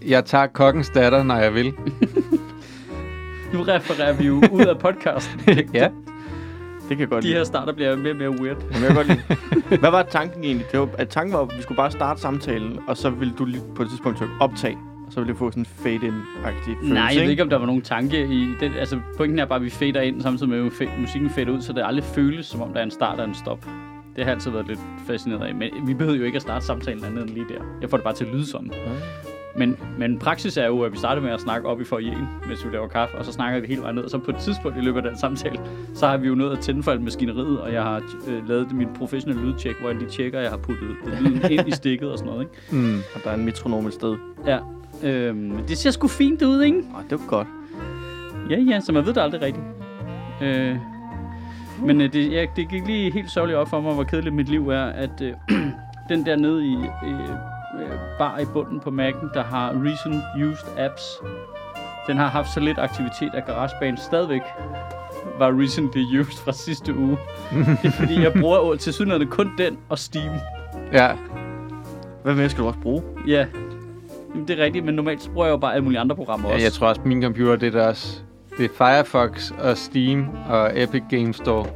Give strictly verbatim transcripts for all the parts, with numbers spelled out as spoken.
jeg tager kokkens datter, når jeg vil. Nu refererer vi jo ud af podcasten. Ja. Det kan jeg godt De lide. her starter bliver mere og mere weird. Jamen, jeg kan godt lide. Hvad var tanken egentlig? Det var, at tanken var, at vi skulle bare starte samtalen, og så ville du lige på et tidspunkt trykke optag, og så ville det få sådan en fade-in-agtig følelse, Nej, jeg ved ikke, om der var nogen tanke i den. Altså, pointen er bare, at vi fader ind, samtidig med at musikken fader ud, så det aldrig føles, som om der er en start og en stop. Det har altid været lidt fascineret af. Men vi behøver jo ikke at starte samtalen andet end lige der. Jeg får det bare til at lyde sådan. Mm. Men, men praksis er jo, at vi starter med at snakke op i foyeren, mens vi laver kaffe, og så snakker vi hele vejen ned. Og så på et tidspunkt i løbet af den samtale, så har vi jo nået at tænde for alt maskineriet, og jeg har øh, lavet min professionelle lydtjek, hvor jeg lige tjekker, at jeg har puttet lyden ind i stikket og sådan noget, ikke? Mm. Og der er en metronom et sted. Ja. Øhm, det ser sgu fint ud, ikke? Åh, det var godt. Ja, ja, så man ved det aldrig rigtigt. Øh, men øh, det, ja, det gik lige helt sørgeligt op for mig, hvor kedeligt mit liv er, at øh, den der nede i øh, bar i bunden på Mac'en, der har Recent Used Apps, den har haft så lidt aktivitet, at GarageBand stadigvæk var recently used fra sidste uge. Det er fordi, jeg bruger til synligheden kun den og Steam. Ja. Hvad mere skal du også bruge? Ja, det er rigtigt, men normalt så bruger jeg jo bare alle mulige andre programmer også. Ja, jeg tror også, min computer, det er der også. Det er Firefox og Steam og Epic Games Store.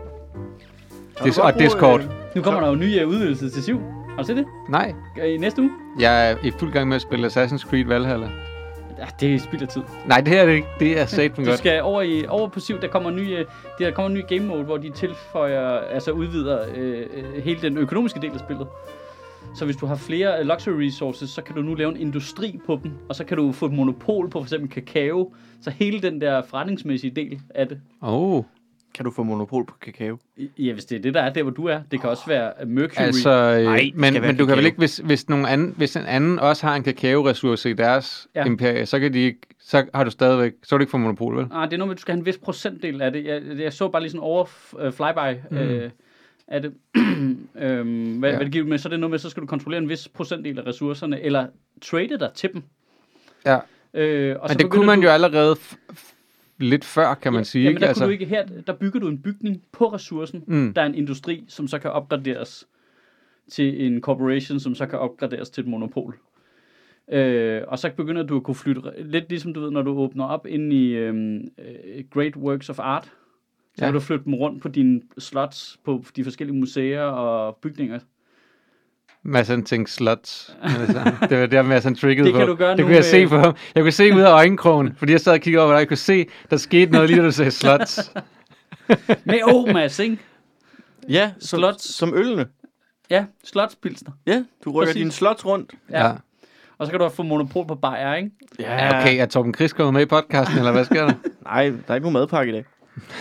Dis- og Discord. Øh, Nu kommer der jo nye udvidelser til syv. Har du set det? Nej, I næste uge? jeg er i fuld gang med at spille Assassin's Creed Valhalla. Ja, det spilder tid. Nej, det her er det ikke. Det er satme Du godt. skal over i over på syv, der kommer nye, der kommer en ny game mode, hvor de tilføjer, altså udvider øh, hele den økonomiske del af spillet. Så hvis du har flere luxury resources, så kan du nu lave en industri på dem, og så kan du få et monopol på for eksempel kakao. Så hele den der forretningsmæssige del af det. Oh. Kan du få monopol på kakao? Ja, hvis det er det, der er der, hvor du er. Det kan også være Mercury. Altså, øh, Ej, men, skal være men du kan kakao. vel ikke, hvis, hvis, nogen anden, hvis en anden også har en kakaoressource i deres Ja. ja. imperie, så kan de ikke, så har du stadigvæk, så er du ikke få monopol, vel? Ah, det er noget med, at du skal have en vis procentdel af det. Jeg, jeg så bare lige sådan over uh, flyby mm. øh, af det. øhm, hvad, ja. hvad det giver med, så er det noget med, så skal du kontrollere en vis procentdel af ressourcerne, eller trade dig til dem. Ja. Øh, og Men så det kunne man du, jo allerede f- f- lidt før, kan man ja, sige. Jamen, Ikke? der, Altså, kunne du ikke, her, der bygger du en bygning på ressourcen. Mm. Der er en industri, som så kan opgraderes til en corporation, som så kan opgraderes til et monopol. Øh, og så begynder du at kunne flytte, lidt ligesom du ved, når du åbner op ind i øhm, Great Works of Art, så Ja. kan du flytte dem rundt på dine slots, på de forskellige museer og bygninger. Madsen tænkte slots. Altså, det var der, Madsen triggede Det kan på. du gøre det nu kunne jeg med- se på ham. Jeg kunne se ud af øjenkrogen, fordi jeg sad og kiggede over, og jeg kunne se, der skete noget lige, da du sagde slots. Med oh, Mads, ikke? Ja, som, Slots. som ølene. Ja, slotspilsner. Ja, du rykker Præcis. dine slots rundt. Ja. Ja. Og så kan du få monopol på bajer, ikke? Ja, okay, er Torben Chris kommet med i podcasten, eller hvad sker der? Nej, der er ikke nogen madpakke i dag.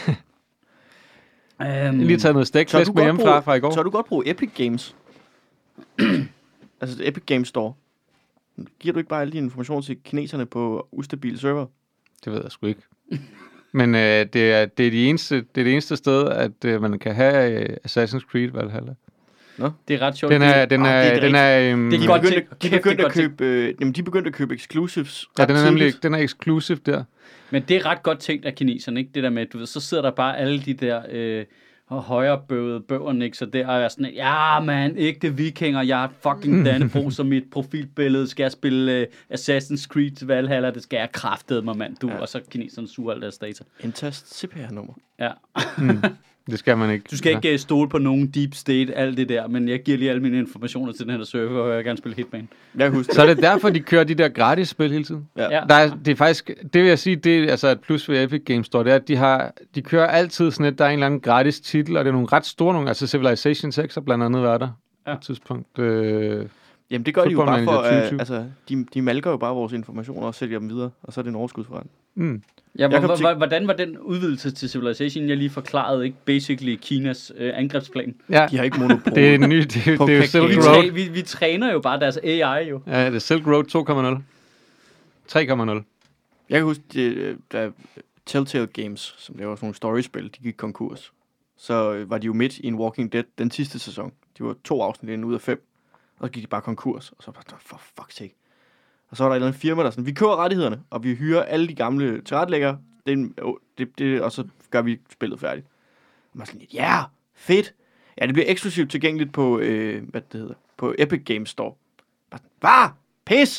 Um, Jeg har lige taget noget Så har du stækflæsk med godt hjemmefra bruge- fra i går. Så har du godt bruge Epic Games. Altså Epic Games Store. Giver du ikke bare alle dine informationer til kineserne på ustabile server? Det ved jeg sgu ikke. Men øh, det, er, det, er de eneste, det er det eneste sted, at øh, man kan have øh, Assassin's Creed Valhalla. det er ret sjovt. Den er, den Åh, er, det er den er, øhm, Det er De godt begyndte, tænkt. de Kæft, det er begyndte at godt købe, øh, jamen, de begyndte at købe exclusives ja, ret den er nemlig, tidligt. den er exclusive der. Men det er ret godt tænkt af kineserne, ikke? Det der med, du ved, så sidder der bare alle de der øh, højrebøvede bøverne, ikke? Så der er sådan, ja man, ægte vikinger, jeg har fucking Dannebro som mit profilbillede, skal jeg spille øh, Assassin's Creed Valhalla, det skal jeg kraftede mig, mand, du. Ja. Og så kineserne suger alt deres data. Indtast C P R-nummer. Ja. Mm, det skal man ikke. Du skal ikke øh, stole på nogen deep state, alt det der, men jeg giver lige alle mine informationer til den her server, og jeg vil gerne spille Hitman. Jeg husker Så er det derfor, de kører de der gratis spil hele tiden. Ja. Ja. Der er, det er faktisk, det vil jeg sige, det er altså et plus ved Epic Games Store, det er, at de, har, de kører altid sådan et, der er en eller anden gratis titel, og det er nogle ret store nogle, altså Civilization seks har blandt andet været der Ja. på et tidspunkt. Øh, Jamen det gør de jo Football bare for, Manager tyve uh, tyve. altså, de, de malker jo bare vores informationer og sælger dem videre, og så er det en overskudsforretning. mm. Ja, Jeg kom hvor, til- hvor, hvordan var den udvidelse til Civilization, jeg lige forklarede, ikke? Basically Kinas øh, angrebsplan. Ja, De har ikke monopol. det er en ny, det, det, det På er jo kakao. Silk Vi, Road. træ, vi, vi træner jo bare deres A I jo. Ja, det er Silk Road to punkt nul. tre punkt nul. Jeg kan huske, det, da Telltale Games, som laver sådan nogle storyspil, de gik konkurs. Så øh, var de jo midt i en Walking Dead den sidste sæson. De var to afsnit inden ud af fem. Og så gik de bare konkurs. Og så var det for fuck's sake. Og så var der et eller andet firma, der sådan, vi køber rettighederne, og vi hyrer alle de gamle tilrettelæggere, det, det, det, og så gør vi spillet færdigt. Og man er sådan, ja, yeah, fedt. Ja, det bliver eksklusivt tilgængeligt på, øh, hvad det hedder, på Epic Games Store. Bare sådan, hvad? Pis!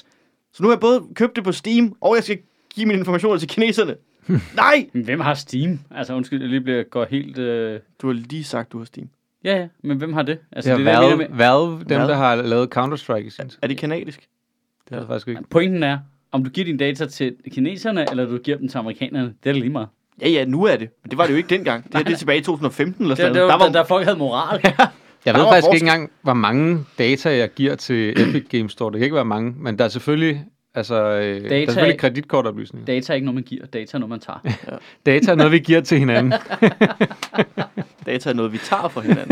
Så nu har jeg både købt det på Steam, og jeg skal give mine informationer til kineserne. Nej! Men hvem har Steam? Altså, undskyld, jeg lige bliver, går helt... Øh... Du har lige sagt, du har Steam. Ja, ja, men hvem har det? Altså, Det er det er Valve, der, med... Valve, dem Valve. der har lavet Counter-Strike i sin tid. Er det kanadisk? Det er det faktisk ikke. Pointen er, om du giver dine data til kineserne, eller du giver dem til amerikanerne, det er det lige meget. Ja, ja, nu er det. Men det var det jo ikke dengang. Det her det er tilbage i to tusind og femten eller Det, sådan det noget. var, Der der, var, der folk havde moral. Jeg Der ved var faktisk forskel. ikke engang, hvor mange data jeg giver til Epic Games Store. Det kan ikke være mange, men der er selvfølgelig, altså, øh, der er selvfølgelig kreditkortoplysninger. Data er ikke noget, man giver. Data er noget, man tager. Data er noget, vi giver til hinanden. data er noget, vi tager fra hinanden.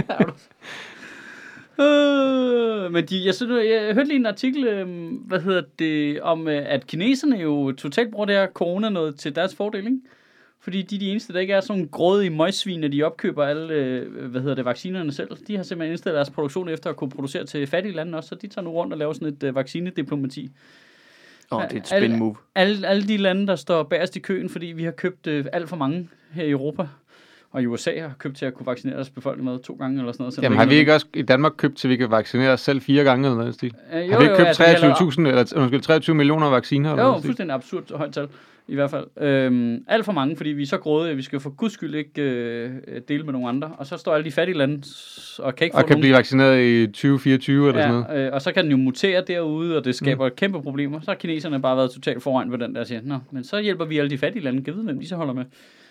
Øh, men de, jeg, synes, jeg hørte lige en artikel, øh, hvad hedder det, om øh, at kineserne jo totalt bruger det her corona noget til deres fordel, ikke? Fordi de er de eneste, der ikke er sådan nogle grådige møgsvin, at de opkøber alle, øh, hvad hedder det, vaccinerne selv. De har simpelthen indstillet deres produktion efter at kunne producere til fattige lande også, så de tager nu rundt og laver sådan et øh, vaccinediplomati. Åh, oh, det er et spin move. Alle, alle de lande, der står bagerst i køen, fordi vi har købt øh, alt for mange her i Europa, og i U S A har købt til at kunne vaccinere deres befolkning med to gange eller sådan noget. Jamen har vi ikke også i Danmark købt til, vi kan vaccinere os selv fire gange eller noget stil? Øh, jo, Har vi ikke jo, købt altså, vi har treogtyve tusind eller undskyld, treogtyve millioner vacciner? Eller Jo, noget stil? fuldstændig absurd højt tal, i hvert fald. Øhm, alt for mange, fordi vi er så grådige, at vi skal for guds skyld ikke øh, dele med nogen andre. Og så står alle de fattige lande s- og kan ikke Og få kan nogen... blive vaccineret i tyve fireogtyve eller sådan noget. Ja, øh, og så kan den jo mutere derude, og det skaber mm. kæmpe problemer. Så har kineserne bare været totalt foran ved den der og siger, nå, men så hjælper vi alle de fattige lande. Kan vide, hvem de så holder med.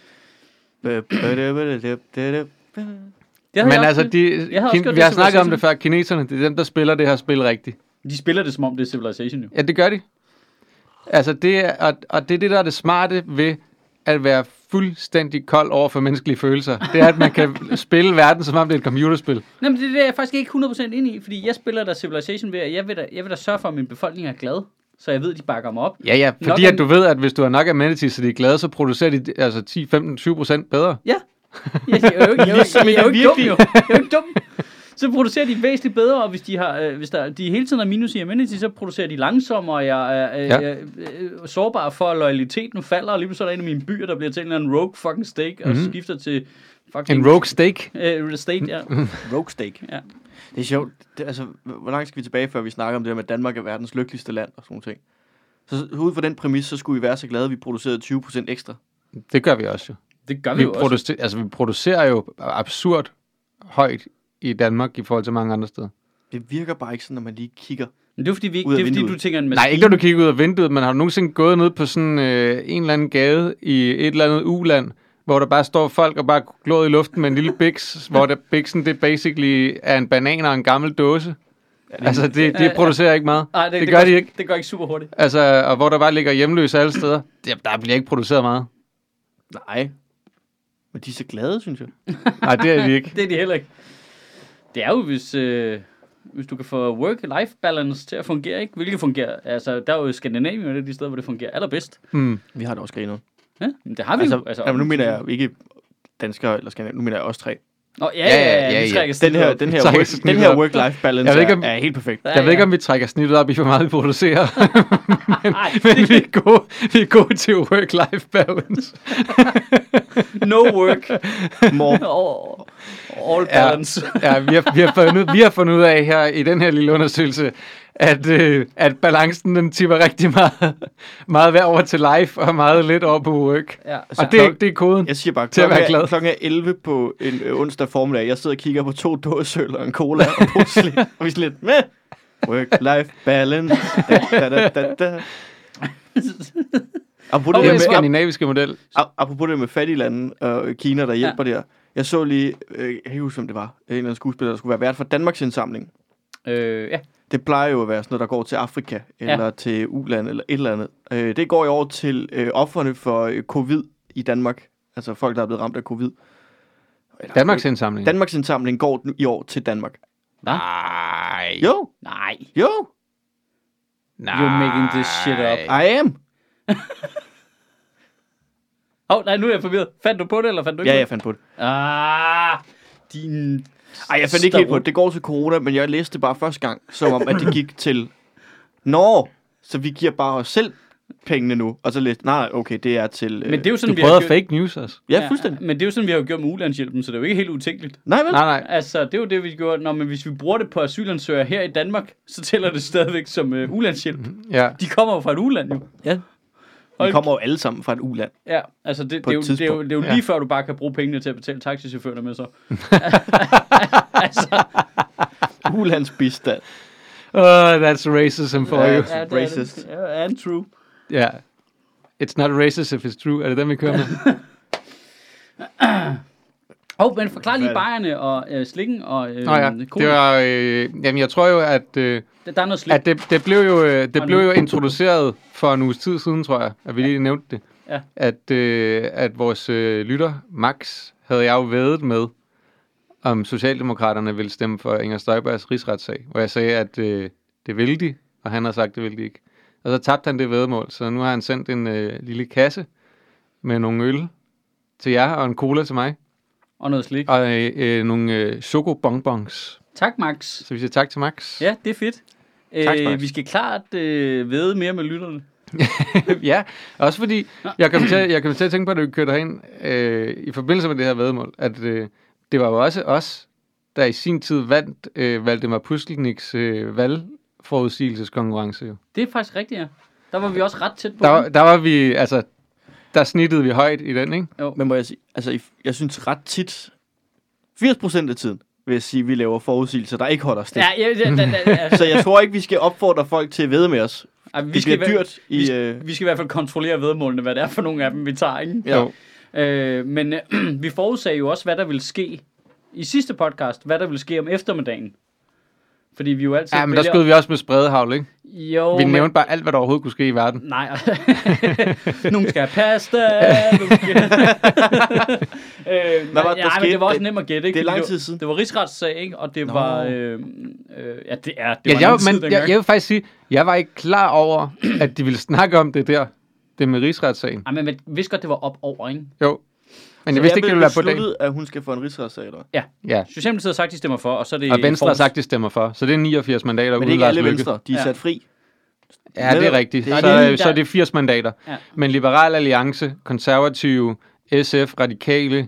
Det Men jeg altså, også- de, jeg har også kin- gjort vi det har snakket om Civilization. det før, kineserne, det er dem, der spiller det her spil rigtigt. De spiller det, som om det er Civilization jo. Ja, det gør de. Altså, det er, og, og det er det, der er det smarte ved at være fuldstændig kold over for menneskelige følelser. Det er, at man kan spille verden, som om det er et computerspil. Nej, men det er det, jeg faktisk ikke hundrede procent ind i, fordi jeg spiller der Civilization ved, at jeg vil da, jeg vil da sørge for, at min befolkning er glad, så jeg ved, at de bakker mig op. Ja, ja, fordi Nok at du ved, at hvis du har nok amenities, så de er glade, så producerer de altså ti, femten, tyve procent bedre. Ja. Jeg, jeg, jeg, jeg, jeg, jeg, Ligesom jeg, jeg er jo i ikke dum, virkelig- jo. Jeg er jo ikke dum. Så producerer de væsentligt bedre, og hvis de har, øh, hvis der, de hele tiden har minus i amenity, så producerer de langsommere, og jeg er øh, Ja. øh, øh, sårbar for, at loyaliteten falder, og lige pludselig er der en af mine byer, der bliver til en eller anden rogue fucking steak, og Mhm. skifter til fucking... En rogue steak. Øh, state, ja. Rogue steak. Ja. Det er sjovt. Det, altså, hvor langt skal vi tilbage, før vi snakker om det her med, at Danmark er verdens lykkeligste land og sådan nogle ting. Så ud fra den præmis, så skulle vi være så glade, at vi producerede tyve procent ekstra. Det gør vi også jo. Det gør vi, Vi, jo også. producer, altså, vi producerer jo absurd højt i Danmark i forhold til mange andre steder. Det virker bare ikke sådan, når man lige kigger. Men det er fordi, vi, Ud af det er, fordi vinduet. du tænker en Nej, maskine. ikke når du kigger ud af vinduet, men har du nogensinde gået ned på sådan øh, en eller anden gade i et eller andet uland, hvor der bare står folk og bare glår i luften med en lille biks, hvor der biksen det basically er en banan og en gammel dåse. Ja, altså, det, Ja, de ja. producerer ikke meget. Ej, det, det gør går, de ikke. Det går ikke super hurtigt. Altså, og hvor der bare ligger hjemløse alle steder. Det, der bliver ikke produceret meget. Nej. Men de er så glade, synes jeg. Nej, det er de ikke. Det er de heller ikke. Det er jo, hvis, øh, hvis du kan få work-life balance til at fungere, ikke? Hvilket fungerer. Altså, der er jo Skandinavien, og det er de steder, hvor det fungerer allerbedst. Mm. Vi har det også grinet. Ja, men det har vi Altså, jo. Altså, jamen, nu mener jeg ikke danskere eller skandinaver. Nu mener jeg os tre. Nå, ja, ja, ja. ja, Vi ja. trækker Den her, snittet den op. her, Så work, jeg snittet den her op. work-life balance Jeg ved ikke, er, om- er helt perfekt. Ja, Jeg ved ikke, ja. om vi trækker snittet op i, hvor meget vi producerer. men Ej, men vi, er gode, vi er gode til work-life balance. no work. More. All, all Ja. balance. Ja, vi har, vi, har fundet, vi har fundet ud af her i den her lille undersøgelse, at, øh, at balancen den tipper rigtig meget, meget hver over til life og meget lidt over på work. Ja. Altså, Og det, er- det er koden. Jeg siger bare, Til at klokken være glad. er, klokken er elleve på en øh, onsdag formiddag. Jeg sidder og kigger på to dåseøl og en cola, og pludselig og vi er sådan lidt med. Work-life balance. Da, da, da, da, da. Apropos, Det det er den med, skandinaviske model. ap- apropos det med fattige lande og Kina, der hjælper ja. der. Jeg så lige, øh, jeg kan ikke huske, om det var, en eller anden skuespiller, der skulle være vært for Danmarks indsamling. Øh, ja. Det plejer jo at være sådan noget, der går til Afrika, eller Ja. til U-land, eller et eller andet. Øh, det går i år til øh, offerne for øh, covid i Danmark. Altså folk, der er blevet ramt af covid. Eller, Danmarks indsamling. Danmarks indsamling går nu i år til Danmark. Nej. Jo, Nej. jo, Nej. You're making this shit up. I am. Åh, oh, nej, nu er jeg forvirret. Fandt du på det, eller fandt du ikke Ja, på jeg fandt på det. det? Ah, din... Ej, jeg fandt ikke helt på det. Det går til corona, men jeg læste det bare første gang, som om, at det gik til... Nå, så vi giver bare os selv pengene nu, og så læste, nej, okay, det er til... Øh... Men det er jo sådan, Du vi har prøvede gjort... fake news også. Ja, fuldstændig. Men det er jo sådan, vi har gjort med ulandshjælpen, så det er jo ikke helt utænkeligt. Nej, vel? Nej, nej. Altså, det er jo det, vi gjorde. Nå, men hvis vi bruger det på asylansøgere her i Danmark, så tæller det stadigvæk som uh, ulandshjælp. Ja. De kommer jo fra et uland, jo. Ja. Vi kommer jo alle sammen fra et uland. Ja, altså det, det, På er, et jo, det, er, jo, det er jo lige Ja. før, du bare kan bruge pengene til at betale taxichaufførerne med, så. altså, Ulandsbistand. Oh, that's racism for Ja, you. ja, det Racist. Er det. Ja, and true. Ja. Yeah. It's not racist if it's true. Er det den, vi kører med? Åh, oh, men forklar lige Hvad er bajerne og øh, slikken og øh, Nå ja, cola. det var... Øh, jamen, jeg tror jo, at... Øh, Der, der er noget slik. at det, det blev jo, øh, det Og blev nu- jo introduceret for en uges tid siden, tror jeg, at vi lige nævnte det. Ja. At, øh, at vores øh, lytter, Max, havde jeg jo væddet med, om Socialdemokraterne ville stemme for Inger Støjbergs rigsretssag. Hvor jeg sagde, at øh, det ville de, og han har sagt, det ville de ikke. Og så tabte han det væddemål, så nu har han sendt en øh, lille kasse med nogle øl til jer, og en cola til mig, Og noget slik. og øh, øh, nogle øh, chocobonbons. Tak, Max. Så vi siger tak til Max. Ja, det er fedt. Tak, Øh, Max. vi skal klart øh, vide mere med lytterne. Ja, også fordi, jeg kom til, jeg kom til at tænke på, at vi kørte herind øh, i forbindelse med det her væddemål, at øh, det var jo også os, der i sin tid vandt øh, Valdemar Pustelniks øh, valgforudsigelseskonkurrence. Jo. Det er faktisk rigtigt, ja. Der var vi også ret tæt på. Der, var- der var vi, altså, der snittede vi højt i den, ikke? Jo. Men må jeg sige, altså, i- jeg synes ret tit, firs procent af tiden, vil jeg sige, vi laver forudsigelser, der ikke holder stik. Ja, ja, ja, ja, ja, ja. Så jeg tror ikke, vi skal opfordre folk til at væde med os. Ej, vi Det skal bliver i hver- dyrt i... Vi, Øh, vi skal i hvert fald kontrollere vedmålene, hvad det er for nogle af dem, vi tager, ikke? ja. Jo. Øh, men øh, vi forudsagde jo også, hvad der ville ske i sidste podcast, hvad der ville ske om eftermiddagen. Fordi vi jo altid Ja, men der skød vi også med spredehavl, ikke? Jo, Vi men... nævnte bare alt, hvad der overhovedet kunne ske i verden. Nej. Nogen skal have pasta. nogen skal... øh, Hvad var det, der ja, men skete? det var også nemt at gætte, ikke? Det er Fordi lang var- tid siden. Det var rigsretssag, ikke? Og det Nå. var... Øh, øh, ja, det er... Det Ja, var jeg, lang tid men dengang. jeg, jeg vil faktisk sige, jeg var ikke klar over, at de ville snakke om det der. Det med rigsretssagen. Ej, men man vidste godt, det var op over, ikke? Jo. Men Så jeg vidste ikke, det ville være på besluttet, dagen. at hun skal få en rigsretssag, eller? Ja. Ja. Socialdemokratiet har sagt, de stemmer for, og så er det... Og Venstre har Force. sagt, de stemmer for. Så det er niogfirs mandater Men det er uden ikke Lars alle Løkke. venstre. De er Ja. sat fri. Ja, det er rigtigt. Det er Så, lige- så er det firs mandater. Ja. Men Liberal Alliance, Konservative, S F, Radikale,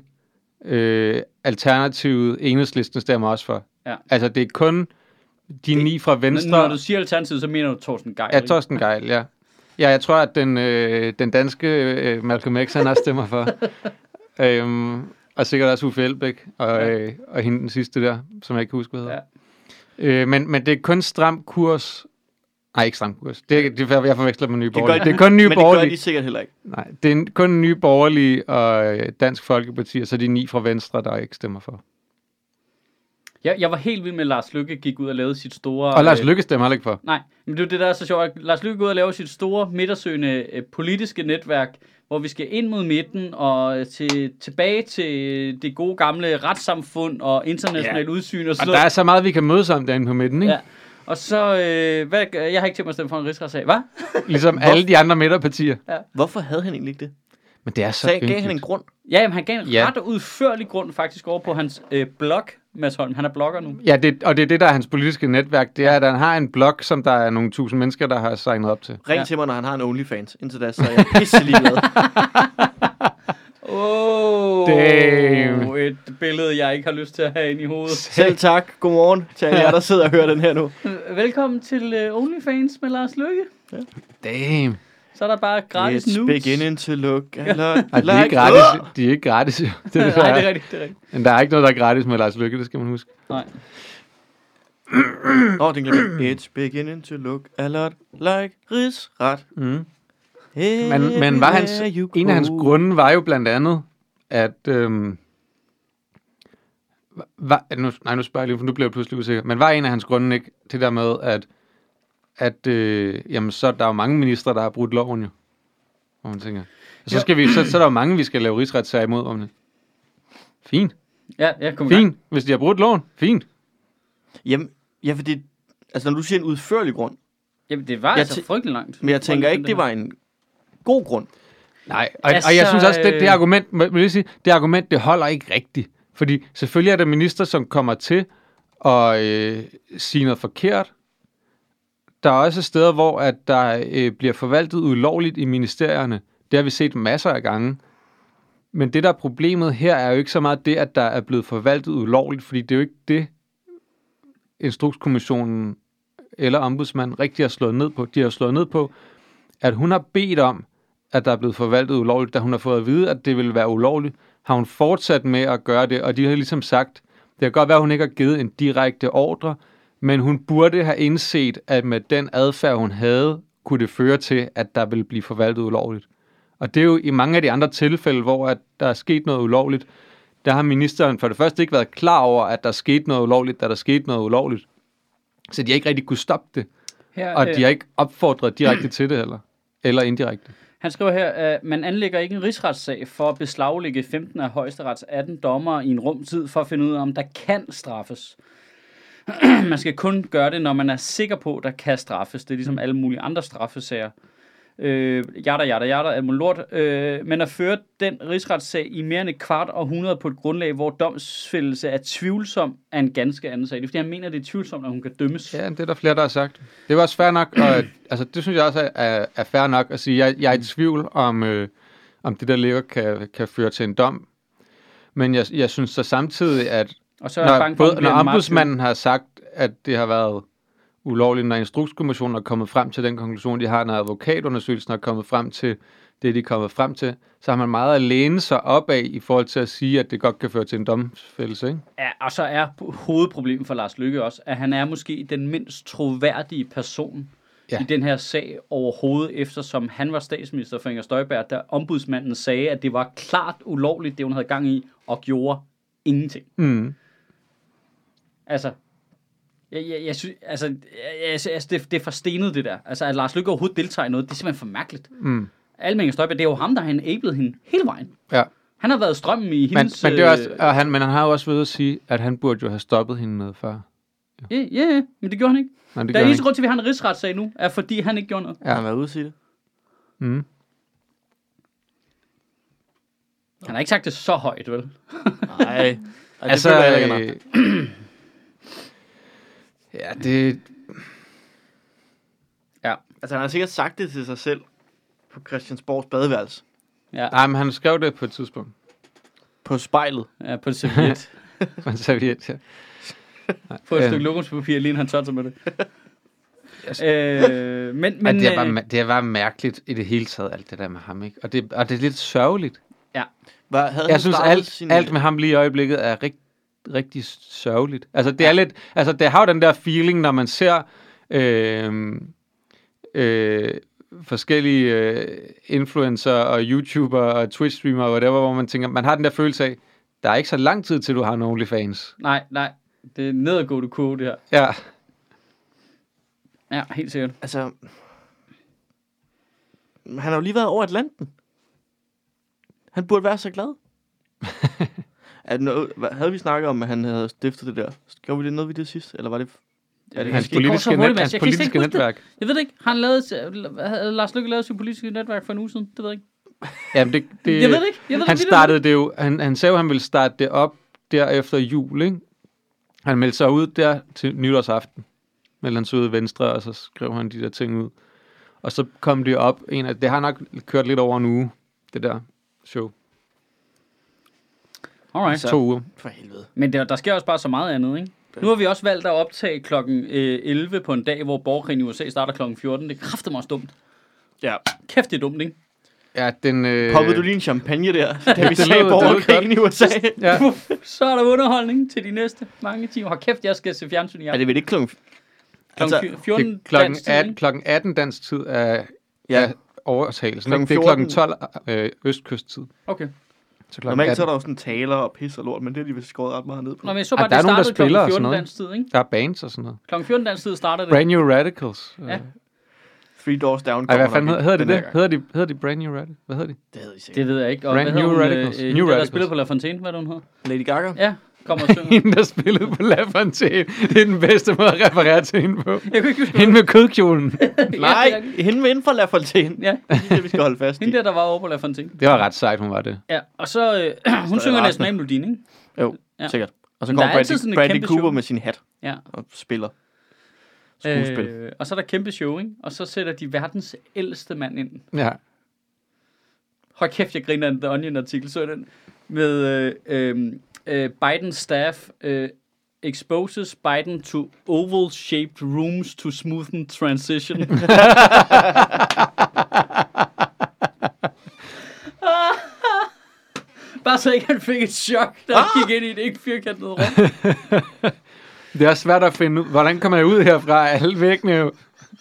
øh, Alternativet, Enhedslisten stemmer også for. Ja. Altså, det er kun de ni fra N- Venstre. Når du siger Alternativet, så mener du Torsten Gejl. Ja, ikke? Torsten Gejl, ja. Ja, jeg tror, at den, øh, den danske øh, Malcolm X, han også stemmer for. øhm, og sikkert også Uffe Elbæk, og, Ja. øh, og hende den sidste der, som jeg ikke kan huske, hvad hedder. Ja. Øh, men, men det er kun stram kurs. Nej, ikke stram kurs. Det er, det er, jeg forveksler med Nye Det gør, Borgerlige. Det er kun Nye men det gør Borgerlige. de sikkert heller ikke. Nej, det er kun Nye Borgerlige og øh, Dansk Folkeparti, og så de ni fra Venstre, der ikke stemmer for. Jeg, jeg var helt vild med, at Lars Løkke gik ud og lavede sit store... Og Lars øh, Løkke stemmer heller ikke for. Nej, men det er jo det, der er så sjovt. Lars Løkke går ud og laver sit store midtersøgende øh, politiske netværk, hvor vi skal ind mod midten og til, tilbage til det gode gamle retssamfund og international Ja. udsyn og Og sådan der er så meget, vi kan mødes om derinde på midten, ikke? Ja. Og så, øh, hvad, jeg har ikke tænkt mig at stemme for en rigsretssag, hvad? Ligesom alle de andre midterpartier. Hvorfor havde han egentlig ikke det? Men det er så Så gav han ynkeligt. en grund. Ja, jamen, han gav en Ja. ret udførlig grund faktisk over på hans øh, blog, Mads Holm. Han er blogger nu. Ja, det, og det er det, der er hans politiske netværk. Det er, at han har en blog, som der er nogle tusind mennesker, der har signet op til. Ring Ja. til mig, når han har en OnlyFans. Indtil da, så er jeg pisselig glad. Åh, Damn. et billede, jeg ikke har lyst til at have ind i hovedet. Selv tak. Godmorgen til alle jer, der sidder og hører den her nu. Velkommen til uh, OnlyFans med Lars Løkke. Damn. Så er der bare gratis It's nudes. beginning to look a lot Ej, de er ikke gratis. De er ikke gratis, jo. Det er det, der Nej, det er er. rigtigt, det er rigtigt. Men der er ikke noget, der er gratis med Lars Løkke, det skal man huske. Nej. Åh, oh, den glemte jeg. It's beginning to look a lot like rigsret. Mm. Men, men var hans, en af hans grunde var jo blandt andet, at... Øhm, var, nu, nej, nu spørger jeg lige, for nu bliver jeg pludselig usikker. Men var en af hans grunde ikke til der med, at, at øh, jamen, så er der jo mange ministre, der har brudt loven jo. Hvor man tænker, så, skal vi, så, så er der jo mange, vi skal lave rigsretssag imod om det. Fint. Ja, ja, kom i gang. Fint. Hvis de har brudt loven, fint. Jamen, ja, fordi... Altså, når du siger en udførlig grund, Jamen, det var Jeg altså tæ- frygtelig langt. men jeg tænker ikke, det var en god grund. Nej, og, Altså, og jeg synes også, det, det øh, argument, må, må jeg lige sige, det argument, det holder ikke rigtigt. Fordi selvfølgelig er der minister, som kommer til at øh, sige noget forkert. der er også steder, hvor at der øh, bliver forvaltet ulovligt i ministerierne. Det har vi set masser af gange. Men det, der er problemet her, er jo ikke så meget det, at der er blevet forvaltet ulovligt, fordi det er jo ikke det, Instrukskommissionen eller ombudsmanden rigtig har slået ned på. De har slået ned på, at hun har bedt om, at der er blevet forvaltet ulovligt. Da hun har fået at vide, at det ville være ulovligt, har hun fortsat med at gøre det, og de har ligesom sagt, det kan godt være, at hun ikke har givet en direkte ordre, men hun burde have indset, at med den adfærd, hun havde, kunne det føre til, at der ville blive forvaltet ulovligt. Og det er jo i mange af de andre tilfælde, hvor at der er sket noget ulovligt, der har ministeren for det første ikke været klar over, at der skete noget ulovligt, da der skete noget ulovligt. Så de har ikke rigtig kunne stoppe det. Her, Og øh, de har ikke opfordret direkte til det heller. Eller indirekte. Han skriver her, at man anlægger ikke en rigsretssag for at beslaglægge femten af højesterets atten dommere i en rumtid for at finde ud af, om der kan straffes. Man skal kun gøre det, når man er sikker på, at der kan straffes. Det er ligesom alle mulige andre straffesager. Øh, jada, jada, jada, alt muligt lort. Øh, men at føre den rigsretssag i mere end et kvart århundrede på et grundlag, hvor domsfældelse er tvivlsom, er en ganske anden sag. Det er fordi, han mener, det er tvivlsomt, at hun kan dømmes. Ja, det er der flere, der har sagt. Det var også fair nok, og altså, det synes jeg også er, er fair nok at sige, jeg, jeg er i tvivl om, øh, om det der ligger kan, kan føre til en dom. Men jeg, jeg synes så samtidig, at Og så er jeg når, bange for, at hun både, bliver når en ombudsmanden har sagt, at det har været ulovligt, når Instrukskommissionen er kommet frem til den konklusion, de har, når advokatundersøgelsen er kommet frem til det, de er kommet frem til, så har man meget at læne sig op af i forhold til at sige, at det godt kan føre til en domfældelse, ikke? Ja, og så er hovedproblemet for Lars Løkke også, at han er måske den mindst troværdige person ja. i den her sag overhovedet, eftersom han var statsminister for Inger Støjberg, da ombudsmanden sagde, at det var klart ulovligt, det hun havde gang i, og gjorde ingenting. Mm. Altså, jeg, jeg, jeg synes, altså, jeg, jeg, altså det, det er for stenet det der. Altså, at Lars Løkke overhovedet deltager i noget, det er simpelthen for mærkeligt. Mm. Alle med Inger Støjberg, det er jo ham, der har enablet hende hele vejen. Ja. Han har været strømmen i Men, hendes... men, det er også, og han, men han har jo også ved at sige, at han burde jo have stoppet hende noget før. Ja, ja, ja, men det gjorde han ikke. Nej, det Der er gør eneste han grund til, at vi har en rigsretssag nu, er fordi han ikke gjorde noget. Ja. Han har været ude at sige det. Mm. Han har ikke sagt det så højt, vel? Nej. Det Altså, føler jeg ikke, han har. øh, ja, det... Ja. Altså, han har sikkert sagt det til sig selv på Christiansborgs badeværelse. Ja, Nej, men han skrev det på et tidspunkt. På spejlet. ja på et serviet. På en serviet, ja. På et Øh. stykke lokumspapir, lige han tørte sig med det. øh, men, Men, men, det, er bare, øh, ma- det er bare mærkeligt i det hele taget, alt det der med ham, ikke? Og det, og det er lidt sørgeligt. Hvad, havde han Jeg synes, startet alt, sin, alt med ham lige i øjeblikket er rigt, rigtig sørgeligt. Altså, det er lidt... Altså, det har jo den der feeling, når man ser øh, øh, forskellige øh, influencer og YouTuber og Twitch-streamer og whatever, hvor man tænker, man har den der følelse af, der er ikke så lang tid til, du har en OnlyFans. nej, nej. Det er nedadgående kurve, det her. Ja. Ja, helt sikkert. Altså, han har jo lige været over Atlanten. Han burde være så glad. Er det noget, hvad, havde vi snakket om, at han havde stiftet det der? Gjorde vi det noget ved det sidst? Eller var det... Er det Hans det går så politiske, hurtigt, net, Mads. hans Jeg kan ikke politiske huske det. netværk. Jeg ved det ikke. Har han lavet, havde Lars Løkke lavet sit politiske netværk for en uge siden? Det ved jeg ikke. Jamen, det, det, Jeg ved det ikke. Jeg ved han det, startede det jo... Han, han sagde jo, han ville starte det op der efter jul, ikke? Han meldte sig ud der til nytårsaften. Meldte han sig ud i Venstre, og så skrev han de der ting ud. Og så kom det op. En af, det har nok kørt lidt over en uge, det der show. Alright. Så- To uger. For helvede. Men der, der sker også bare så meget andet, ikke? Nu har vi også valgt at optage klokken elleve på en dag, hvor borgerkrigen i U S A starter klokken fjorten. Det kræfter mig også dumt. Ja. Kæft, det er dumt, ikke? Ja, den... Øh, Poppede du lige en champagne der, da vi det sagde lød- det lød borgerkrigen i U S A? Ja. Så er der underholdning til de næste mange timer. Hold kæft, jeg skal se fjernsyn i Er aften. det vel ikke klokken... Klokken altså, fjorten det, klokken, dansk tid, atten, ikke? klokken atten dansk tid er, Ja. er overtagelsen. Klokken Ikke? Det er klokken fjorten. tolv øh, østkysttid. Okay. Så klokken Normalt så er atten. der jo sådan taler og pis og lort, men det er de vist skåret ret meget ned på. Nå, men jeg så Ej, bare, der er det nogen, der startede spiller klokken og sådan fjorten noget. dansk tid, ikke? Der er bands og sådan noget. Klokken fjorten dansk tid starter det. Brand New Radicals. Ja. Three Doors Down. Ej, hvad kommer fanden nok hedder, hedder de den her det? gang. Hedder de, hedder de Brand New Radicals? Hvad hedder de? Det hedder de sikkert. Det ved jeg ikke. Og Brand hvad hedder New hun, Radicals. Øh, New New der Radicals. spiller på La Fontaine, hvad er det, hun hedder? Lady Gaga? Ja, kommer og synger. Hende, der spillede på La Fontaine. Det er den bedste måde at referere til hende på. Jeg kunne ikke huske, Hende med kødkjolen. Nej, hende med inden for La Fontaine. Ja, Det er det, vi skal holde fast i. hende der, der var over på La Fontaine. Det var ret sejt, hun var det. Ja, og så, øh, hun synger resten. nationalmelodien, ikke? Jo, Ja. sikkert. Og så Men der kommer er altid Bradley, sådan et Bradley kæmpe Cooper show. med sin hat Ja. og spiller. Skuespil. Øh, og så er der kæmpe show, ikke? Og så sætter de verdens ældste mand ind. Ja. Hold kæft, jeg griner af en The Onion-artikel, så den. Med øh, øh, øh, Biden staff øh, exposes Biden to oval-shaped rooms to smoothen transition. Bare så ikke han fik et chok, da han gik ind i et ikke firkantet rum. Det er også svært at finde ud. Hvordan kommer jeg ud herfra? Alle væggene jo.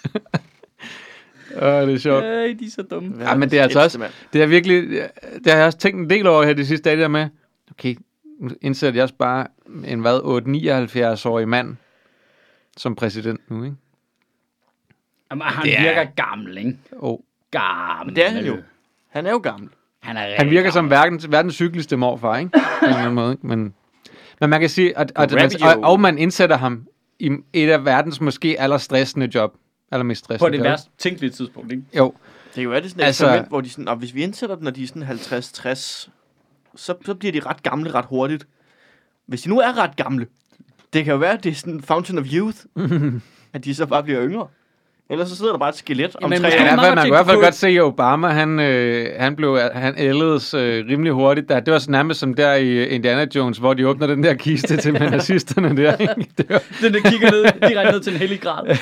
Åh, det er sjovt. Øh, de er så dumme. Ja, men det er altså også, det er virkelig, det har jeg også tænkt en del over her de sidste dage der med, okay, nu indsætter jeg også bare en, hvad, otte nioghalvfjerds-årig mand som præsident nu, ikke? Jamen, han Det er- virker gammel, ikke? Oh. Gammel. Det er han jo. Han er jo gammel. Han, er Han virker gammel. som verdens, verdens cykliste morfar, ikke? På en eller anden måde, ikke? Men, men man kan sige, at, at, Rabbit og, jo. og man indsætter ham i et af verdens måske allerstressende job. Allermest På stressende det job. værst tænkelige tidspunkt, ikke? Jo. Det kan jo være, det er sådan et Altså- eksperiment, hvor de sådan, og hvis vi indsætter dem, når de er sådan halvtreds tres, så, så bliver de ret gamle ret hurtigt. Hvis de nu er ret gamle, det kan jo være, at det er sådan Fountain of Youth, at de så bare bliver yngre. Ellers så sidder der bare et skelet om Jamen, tre man Ja, kan i år. hvert fald, meget man kan i godt hvert fald tænke godt se, at Obama, han, øh, han blev, han ældedes øh, rimelig hurtigt. Der. Det var sådan nærmest som der i Indiana Jones, hvor de åbner den der kiste til med nazisterne der. Ikke? Det var, Den der kigger ned, direkte ned til en hellig grad.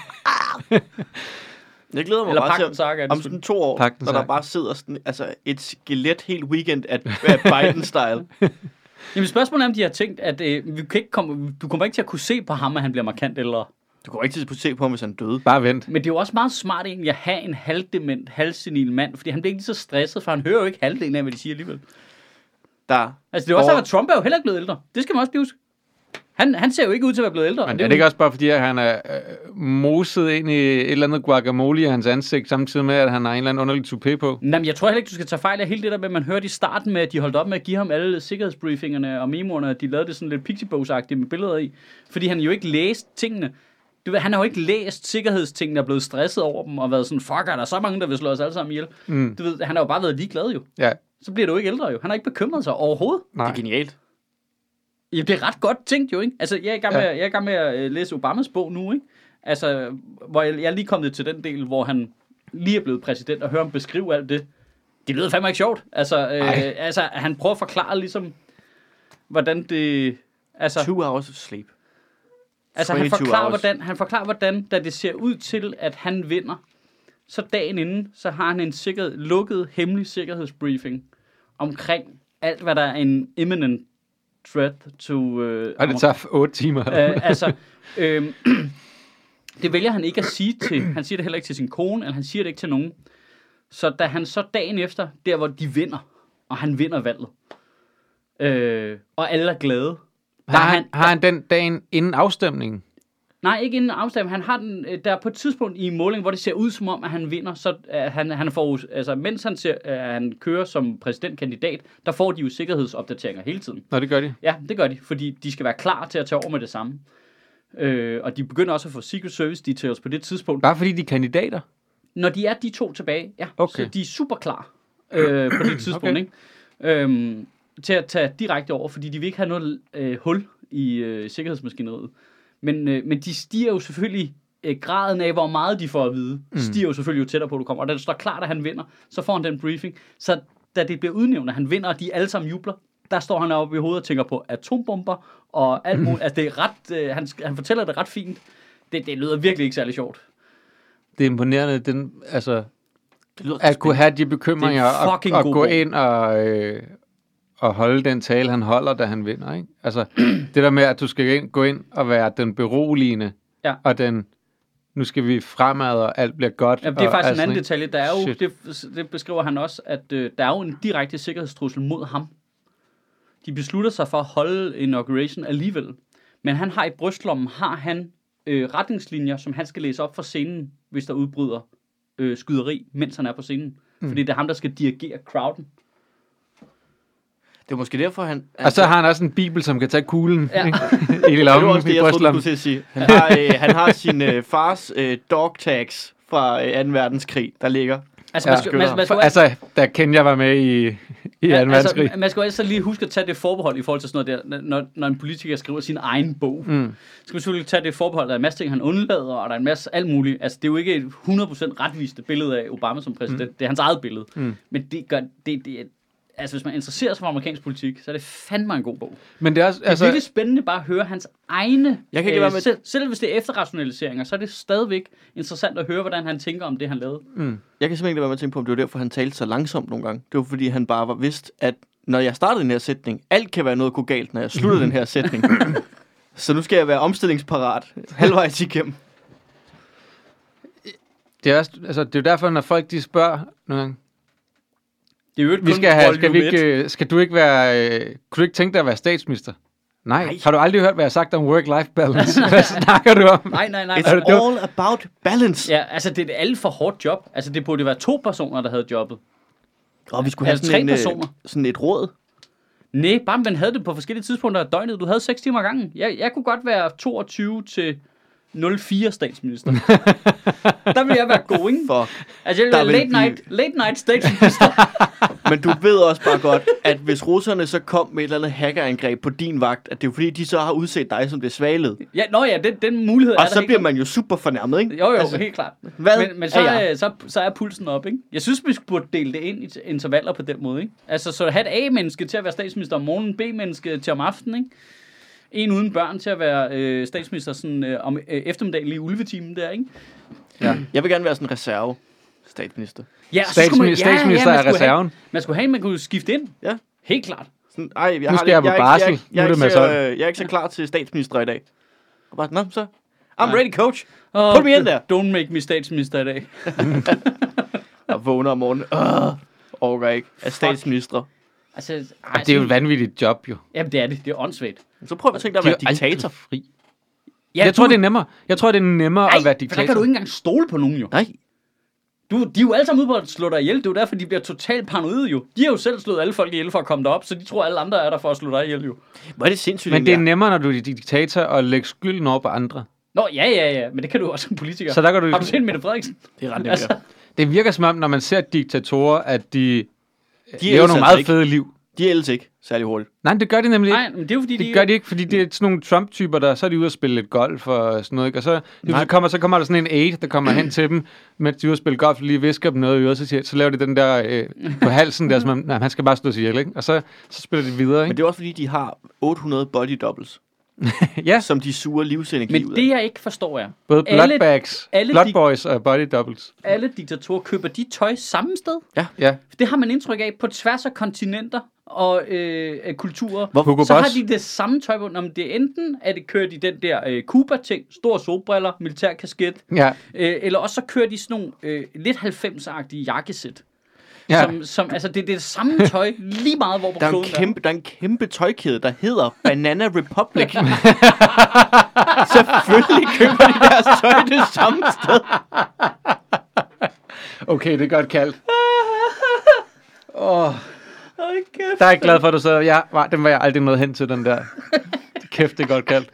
Jeg glæder mig Eller bare pakken til, sakker. om sådan to år, Pagten når der sak. bare sidder sådan, altså et skelet helt weekend af, af Biden-style. Jamen spørgsmålet er, om de har tænkt, at øh, vi kan ikke komme, du kommer ikke til at kunne se på ham, at han bliver markant ældre. Du kommer ikke til at se på ham, hvis han døde. bare vent. Men det er jo også meget smart egentlig at have en halvdement, halvsenil mand, fordi han bliver ikke lige så stresset, for han hører jo ikke halvdelen af, hvad de siger alligevel. Der. Altså det er også Og- sådan, at Trump er jo heller ikke blevet ældre. Det skal man også lige huske. Han, han ser jo ikke ud til at være blevet ældre. Men er det ikke også bare fordi, at han er øh, moset ind i et eller andet guacamole i hans ansigt, samtidig med, at han har en eller anden underlig toupé på? Jamen, jeg tror heller ikke, du skal tage fejl af hele det der med, at man hørte i starten med, at de holdt op med at give ham alle sikkerhedsbriefingerne og memoerne, de lavede det sådan lidt Pixie-bogs-agtigt med billeder i, fordi han jo ikke læste tingene. Du ved, han har jo ikke læst sikkerhedstingene og blevet stresset over dem og været sådan, fuck, er der så mange, der vil slå os alle sammen ihjel? Mm. Du ved, han har jo bare været ligeglad jo. Ja, Så bliver du ikke ældre jo. Han har ikke bekymret sig overhovedet. Det er nej. genialt. Ja, det er ret godt tænkt jo, ikke? Altså, jeg er i gang med, Ja. ja. jeg er i gang med at øh, læse Obamas bog nu, ikke? Altså, hvor jeg, jeg er lige kommet til den del, hvor han lige er blevet præsident, og hører ham beskrive alt det. Det lyder fandme ikke sjovt. Altså, øh, altså han prøver at forklare ligesom, hvordan det... Altså, Two hours of sleep. altså han twenty-two forklarer, hours. hvordan, han forklarer, hvordan, da det ser ud til, at han vinder, så dagen inden, så har han en sikkerhed, lukket, hemmelig sikkerhedsbriefing omkring alt, hvad der er en imminent threat to... Øh, Og det tager otte timer. øh, altså, øh, det vælger han ikke at sige til. Han siger det heller ikke til sin kone, eller han siger det ikke til nogen. Så da han så dagen efter, der hvor de vinder, og han vinder valget, øh, og alle er glade. Der Har er han, har han den dagen inden afstemningen? Nej, ikke inden afstemning. Han har den, øh, der er på et tidspunkt i måling, hvor det ser ud som om, at han vinder. Så uh, han, han får, altså, mens han, ser, uh, han kører som præsidentkandidat, der får de jo sikkerhedsopdateringer hele tiden. Nå, det gør de. Ja, det gør de, fordi de skal være klar til at tage over med det samme. Øh, og de begynder også at få Secret Service details på det tidspunkt. Bare fordi de er kandidater? Når de er de to tilbage, ja, Okay. så de er super klar øh, på det tidspunkt, Okay. ikke? Øhm, til at tage direkte over, fordi de vil ikke have noget øh, hul i øh, sikkerhedsmaskineriet. Men, øh, men de stiger jo selvfølgelig øh, graden af, hvor meget de får at vide. Mm. Stiger jo selvfølgelig jo tættere på, at du kommer. Og da det står klart, at han vinder, så får han den briefing. Så da det bliver udnævnt, at han vinder, og de alle sammen jubler, der står han oppe i hovedet og tænker på atombomber og alt muligt. Altså det er ret, øh, han, han fortæller det ret fint. Det, det lyder virkelig ikke særlig sjovt. Det er imponerende, den, altså, Det lyder at kunne have de bekymringer Det er og, fucking og god gå bog. ind og, øh, og holde den tale, han holder, da han vinder. Ikke? Altså, det der med, at du skal ind, gå ind og være den beroligende, Ja. og den, nu skal vi fremad, og alt bliver godt. Ja, det er og, faktisk altså, en anden ikke? detalje. Der er jo, Shit. det, det beskriver han også, at øh, der er jo en direkte sikkerhedstrussel mod ham. De beslutter sig for at holde inauguration alligevel. Men han har i brystlommen, har han øh, retningslinjer, som han skal læse op for scenen, hvis der udbryder øh, skyderi, mens han er på scenen. Mm. Fordi det er ham, der skal dirigere crowden. Det er måske derfor, han... Og så har han også en bibel, som kan tage kuglen Ja. ikke? i det var lommen også det, i jeg troede, du brystlommen. skulle til at sige. Han har, øh, han har sin øh, fars øh, dog tags fra øh, anden verdenskrig, der ligger. Altså, Ja. man skal, man, man skal, For, altså, da Kenya var med i, i anden altså, verdenskrig. man skal jo altså lige huske at tage det forbehold i forhold til sådan noget der, når, når en politiker skriver sin egen bog. Mm. Skal man selvfølgelig tage det forbehold, der er en masse ting, han undlader, og der er en masse alt muligt. Altså, det er jo ikke et hundrede procent retvist billede af Obama som præsident. Mm. Det er hans eget billede. Mm. Men det gør, det, det, altså, hvis man interesserer sig for amerikansk politik, så er det fandme en god bog. Men det er, også, altså, altså, det er virkelig spændende bare at høre hans egne... Jeg kan ikke øh, med... selv, selv hvis det er efterrationaliseringer, så er det stadigvæk interessant at høre, hvordan han tænker om det, han lavede. Mm. Jeg kan simpelthen ikke lade være med at tænke på, om det var derfor, han talte så langsomt nogle gange. Det var fordi, han bare var vidst, at når jeg startede den her sætning, alt kan være noget gå galt, når jeg slutter den her sætning. Så nu skal jeg være omstillingsparat halvvejs igennem. Det er, også, altså, det er jo derfor, når folk de spørger nogle gange, det er jo vi skal, have, skal, vi ikke, skal du ikke være, øh, kunne du ikke tænke dig at være statsminister? Nej. nej. Har du aldrig hørt, hvad jeg har sagt om work-life balance? Hvad snakker du om? Nej, nej, nej. It's all about balance. Ja, altså det er et alt for hårdt job. Altså det burde være to personer, der havde jobbet. Og vi skulle have altså, sådan, tre en, personer. sådan et råd. Nej, bare man havde det på forskellige tidspunkter af døgnet. Du havde seks timer ad gangen. Jeg, jeg kunne godt være toogtyve til nul fire statsminister. Der ville jeg være god, ikke? For altså, jeg ville være late night, late night statsminister. Men du ved også bare godt, at hvis russerne så kom med et eller andet hackerangreb på din vagt, at det er jo fordi, de så har udset dig som det svageled. Ja, nå ja, den, den mulighed og er der. Og så bliver man jo super fornærmet, ikke? Jo, jo, altså, helt klart. Hvad? Men, men så, er, så, så er pulsen op, ikke? Jeg synes, vi burde dele det ind i intervaller på den måde, ikke? Altså, så have et A-menneske til at være statsminister om morgenen, B-menneske til om aftenen, ikke? En uden børn til at være øh, statsminister sådan, øh, om øh, eftermiddagen lige ulvetimen der, ikke? Ja. Jeg vil gerne være sådan en reserve statsminister. Ja, Statsmi- man, ja, statsminister ja, er reserven. Have, man skulle have en, man kunne skifte ind. Ja. Helt klart. Sådan, ej, jeg nu skal jeg på barsel. Jeg, jeg, jeg, jeg, jeg, jeg, jeg er ikke så klar til statsminister i dag. Og bare, nå, så... I'm ja. ready, coach. Oh, Put me in there. Don't make me statsminister i dag. Og vågner om morgenen. Åh, orker ikke. Er statsminister. Altså, altså, det er jo et vanvittigt job, jo. Jamen, det er det. Det er åndssvagt. Så prøv at tænke dig at være diktator. Fri. Ja, jeg du... tror, det er nemmere. Jeg tror, det er nemmere Ej, at være diktator. Nej, der kan du ikke engang stole på nogen, jo. Nej. Du, de er jo alle sammen ude på at slå dig ihjel. Det er jo derfor, de bliver totalt paranoide, jo. De har jo selv slået alle folk ihjel for at komme derop, så de tror, alle andre er der for at slå dig ihjel, jo. Hvor er det sindssygt. Men det er nemmere, når du er diktator, at lægge skylden over på andre. Nå, ja, ja, ja. Men det kan du også som politiker. Så der kan du... Har du set Mette Frederiksen? Det er ret nemt, altså... Det virker som om, når man ser diktatorer, at de, de lever nogle meget fede liv. De ældes ikke særlig hurtigt. Nej, det gør de nemlig ikke. Nej, men det er jo fordi, det de... gør de ikke, fordi det er sådan nogle Trump-typer, der så er de ude at spille lidt golf og sådan noget, ikke? Og så, så, kommer, så kommer der sådan en aide, der kommer hen til dem, mens de er ude at spille golf, lige visker dem noget i øret, så, siger, så laver de den der øh, på halsen der, som man, nej, han skal bare stå sig ihjel, ikke? Og så, så spiller de videre, ikke? Men det er også fordi, de har otte hundrede body doubles. Ja. Som de suger livsenergi men ud af. Men det jeg ikke forstår er... Både bloodbags, blood boys og body doubles. Alle diktatorer køber de tøj samme sted? Ja. Ja. Det har man indtryk af på tværs af kontinenter og øh, kulturer. Hvor, så har de det samme tøj på. Når det er enten, at det kører de den der øh, Cuba-ting, store solbriller, militærkasket, ja. øh, eller også så kører de sådan nogle øh, lidt halvfems-agtige jakkesæt. Ja. Som, som, altså det, det er det samme tøj, lige meget hvor på der er kloden en kæmpe, der er en kæmpe tøjkæde, der hedder Banana Republic. Selvfølgelig køber de deres tøj det samme sted. Okay, det er godt kaldt. Åh. Oh. Okay. Der er jeg glad for, at du så... Ja, var, den var jeg aldrig nået hen til, den der. Kæft, det er godt kaldt.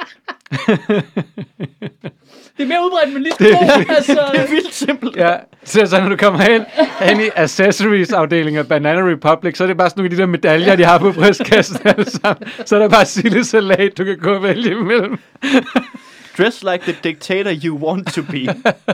Det er mere udbredt, men lige det, altså, det er vildt simpelt. Ja, så, så når du kommer hen, hen i accessories-afdelingen af Banana Republic, så er det bare sådan nogle af de der medaljer, de har på brystkassen alle sammen. Så er der bare sildesalat, du kan gå og vælge imellem. Dress like the dictator you want to be.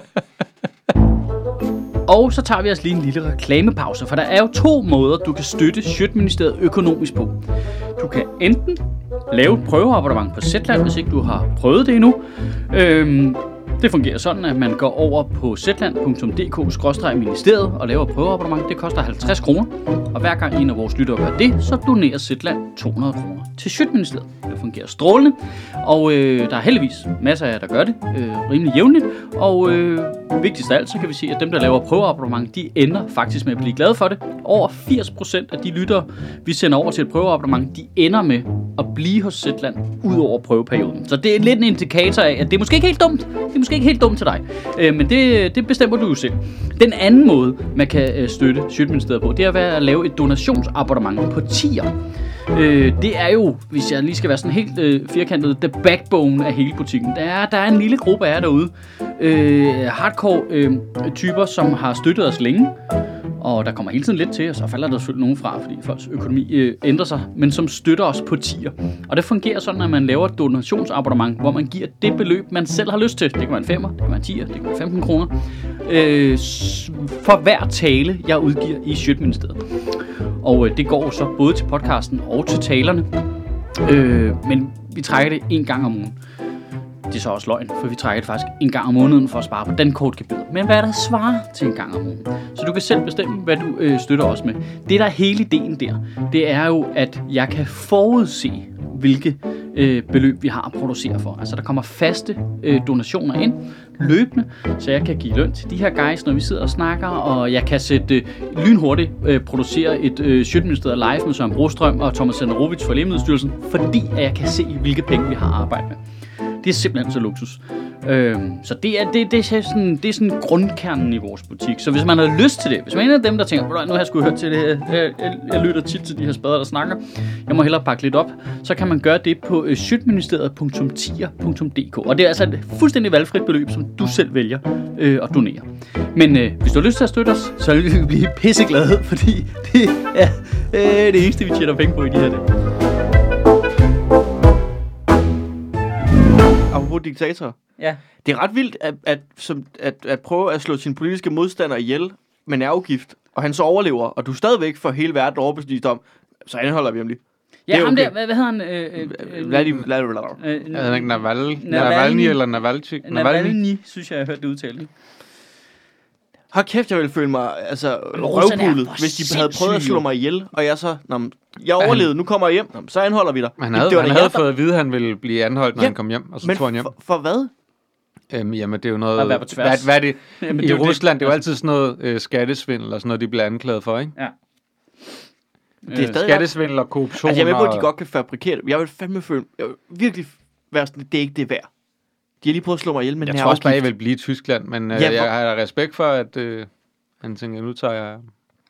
Og så tager vi os lige en lille reklamepause, for der er jo to måder, du kan støtte Sjøtministeriet økonomisk på. Du kan enten lave et prøveabonnement på Zetland, hvis ikke du har prøvet det endnu. Øhm, det fungerer sådan, at man går over på zetland punktum d k skråstreg ministeriet og laver et prøveabonnement. Det koster halvtreds kroner, og hver gang en af vores lyttere gør det, så donerer Zetland to hundrede kroner til Sjøtministeriet. Det fungerer strålende, og øh, der er heldigvis masser af jer, der gør det øh, rimelig jævnligt. Og øh, vigtigst af alt, så kan vi se, at dem, der laver prøveabonnement, de ender faktisk med at blive glade for det. Over firs procent af de lyttere, vi sender over til et prøveabonnement, de ender med at blive hos Zetland ud over prøveperioden. Så det er lidt en indikator af, at det er måske ikke helt dumt. Det er måske ikke helt dumt til dig, øh, men det, det bestemmer du jo selv. Den anden måde, man kan øh, støtte Sjøtministeriet på, det er at lave et donationsabonnement på tier. Øh, det er jo, hvis jeg lige skal være sådan helt øh, firkantet, the backbone af hele butikken. Der er, der er en lille gruppe af jer derude, øh, hardcore øh, typer, som har støttet os længe, Og der kommer hele tiden lidt til, og så falder der selvfølgelig nogen fra, fordi folks økonomi øh, ændrer sig, men som støtter os på tier. Og det fungerer sådan, at man laver et donationsabonnement, hvor man giver det beløb, man selv har lyst til. Det kan være en femmer, det kan være en tier, det kan være femten kroner. Øh, for hver tale, jeg udgiver i Sjøtministeriet. Og øh, det går så både til podcasten og til talerne. Øh, men vi trækker det en gang om ugen. Det er så også løgn, for vi trækker det faktisk en gang om måneden for at spare på den kortgebyr. Men hvad er der svarer til en gang om ugen? Så du kan selv bestemme, hvad du øh, støtter os med. Det, der er hele ideen der, det er jo, at jeg kan forudse, hvilke øh, beløb vi har at producere for. Altså, der kommer faste øh, donationer ind løbende, så jeg kan give løn til de her guys, når vi sidder og snakker, og jeg kan sætte øh, lynhurtigt øh, producere et øh, Sjøtministeriet live med Søren Brostrøm og Thomas Senderovich fra Lægemiddelstyrelsen, fordi at jeg kan se, hvilke penge vi har at arbejde med. Det er simpelthen så luksus. Øhm, så det er, det, det, er sådan, det er sådan grundkernen i vores butik. Så hvis man har lyst til det, hvis man er en af dem, der tænker, nu har jeg sgu hørt til det her, jeg, jeg, jeg lytter tit til de her spader, der snakker, jeg må hellere pakke lidt op, så kan man gøre det på øh, sjøtministeriet punktum tier punktum d k. Og det er altså et fuldstændig valgfrit beløb, som du selv vælger øh, at donere. Men øh, hvis du har lyst til at støtte os, så vil vi blive pisseglade, fordi det er øh, det eneste, vi tjener penge på i de her dage. Apropos diktatorer. Ja. Det er ret vildt at, at, som, at, at prøve at slå sine politiske modstandere ihjel med nervegift, og han så overlever, og du stadigvæk får hele verden overbevist om, så anholder vi ham lige. Ja, ham okay. der, hvad, hvad hedder han? Øh, øh, Vladimir, Vladimir. Er det ikke Navalny? Navalny. Navalny eller Navalchik? Navalny, synes jeg, jeg har hørt det udtale. Hold kæft, jeg ville føle mig altså, russerne er røvpullet, for hvis de havde prøvet at sindssyge, slå mig ihjel, og jeg så, nå, jeg overlevede, nu kommer jeg hjem, nå, så anholder vi dig. Han havde, det var han da havde jeg, der- fået at vide, at han ville blive anholdt, når Ja, han kom hjem, og så Men tog han hjem. for, for hvad? Øhm, jamen, det er jo noget... At være på tværs. Hvad, hvad er det? Jamen, I det er jo Rusland, det er jo altså- altid sådan noget øh, skattesvindel og sådan noget, de bliver anklaget for, ikke? Ja. Det er stadig Skattesvindel og korruption. Altså, jeg er med på, at de og- godt kan fabrikere det. Jeg vil fandme føle, jeg vil virkelig være sådan, det er ikke det værd. De har lige prøvet at slå mig ihjel med Jeg den tror også bare, jeg nervegift. vil blive i Tyskland, men øh, Ja, jeg hvor- har da respekt for, at øh, han tænker, nu tager jeg...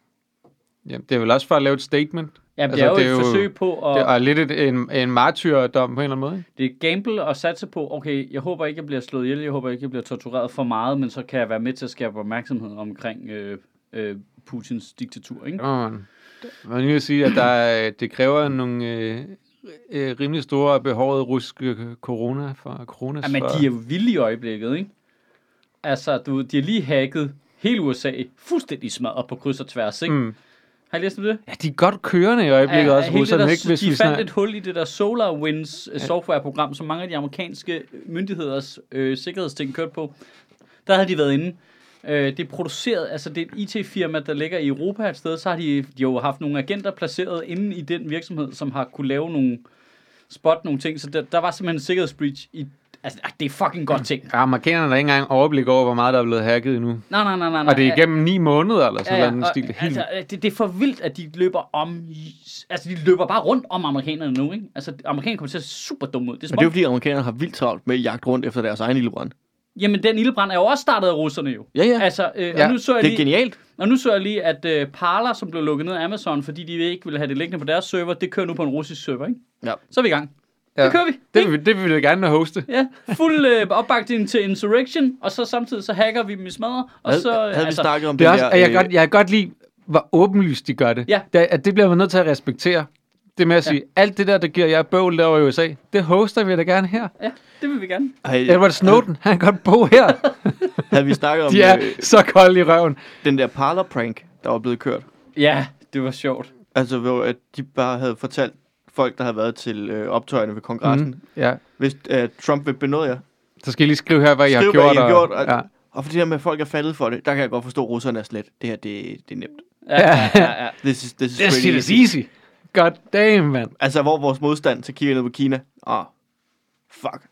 Ja, det er vel også for at lave et statement. Ja, det Altså, er jo det et er jo- forsøg på at... Det er lidt et, en, en martyrdom på en eller anden måde, ikke? Det er gamble at satse på, okay, jeg håber ikke, jeg bliver slået ihjel, jeg håber ikke, jeg bliver tortureret for meget, men så kan jeg være med til at skabe opmærksomhed omkring øh, øh, Putins diktatur, ikke? Det må man. Man vil sige, at der er, det kræver nogle øh, øh, rimelig store behovet russiske corona for coronas. Ja, men for, de er jo vilde i øjeblikket, ikke? Altså, du, de har lige hacket hele U S A fuldstændig smadret på kryds og tværs, ikke? mm. Har I læst om det? Ja, de er godt kørende i øjeblikket Ja, også, hele det russerne, der, ikke? Hvis de vi fandt snart... et hul i det der SolarWinds ja. softwareprogram, som mange af de amerikanske myndigheders øh, sikkerhedsting kørte på. Der havde de været inde. Øh, det er produceret, altså det er et I T-firma, der ligger i Europa et sted, så har de, de har jo haft nogle agenter placeret inde i den virksomhed, som har kunne lave nogle spot, nogle ting, så der, der var simpelthen en sikkerhedsbreach i, altså det er fucking godt ting. Ja, amerikanerne har ikke engang overblik over, hvor meget der er blevet hacket endnu. Nej, nej, nej, nej. nej. Og det er igennem ni måneder, eller sådan Ja, ja, noget og, stil. Helt... altså, det, det er for vildt, at de løber om... Altså, de løber bare rundt om amerikanerne nu, ikke? Altså, amerikanerne kommer til at se super dumme ud. Det er, Men det er jo fordi, amerikanerne har vildt travlt med at jagte rundt efter deres egen ildebrand. Jamen, den ildebrand er jo også startet af russerne jo. Ja, ja. Altså, øh, Ja, og nu så jeg Det er lige, genialt. og nu så jeg lige, at øh, Parler, som blev lukket ned af Amazon, fordi de ikke ville have det liggende på deres server, det kører nu på en russisk server, ikke? Ja. Så er vi i gang. Ja. Det kører vi. Det vil, det vil vi gerne hoste. Ja, fuld øh, opbakning til Insurrection, og så samtidig så hacker vi dem i smadre, og Havde, så... havde vi altså, snakket om Det er det også, der... at jeg, øh, godt, jeg kan godt lide, hvor åbenlyst de gør det. Ja. Det, at det bliver man nødt til at respektere. Det med at sige, ja. alt det der, der giver jer bøvl derovre i U S A, det hoster vi da gerne her. ja, det vil vi gerne. havde, Edward Snowden, han kan godt bo her. havde vi snakket om De er øh, så kolde i røven. den der parler-prank, der var blevet kørt. Ja, det var sjovt. Altså, hvor at de bare havde fortalt folk, der havde været til øh, optøjerne ved kongressen. Mm. Mm, ja. Hvis øh, Trump vil benåde jer. Så skal I lige skrive her, hvad I har Skriv, gjort. hvad I har gjort. Og, Og, ja. og fordi det der med, at folk er faldet for det, der kan jeg godt forstå, at russerne er slet. Det her, det, det er nemt. Ja, ja, ja, ja. This is, this is This pretty shit is easy. easy. God damn, man. Altså, hvor vores modstand, så kigger jeg ned på Kina. Åh, oh, fuck.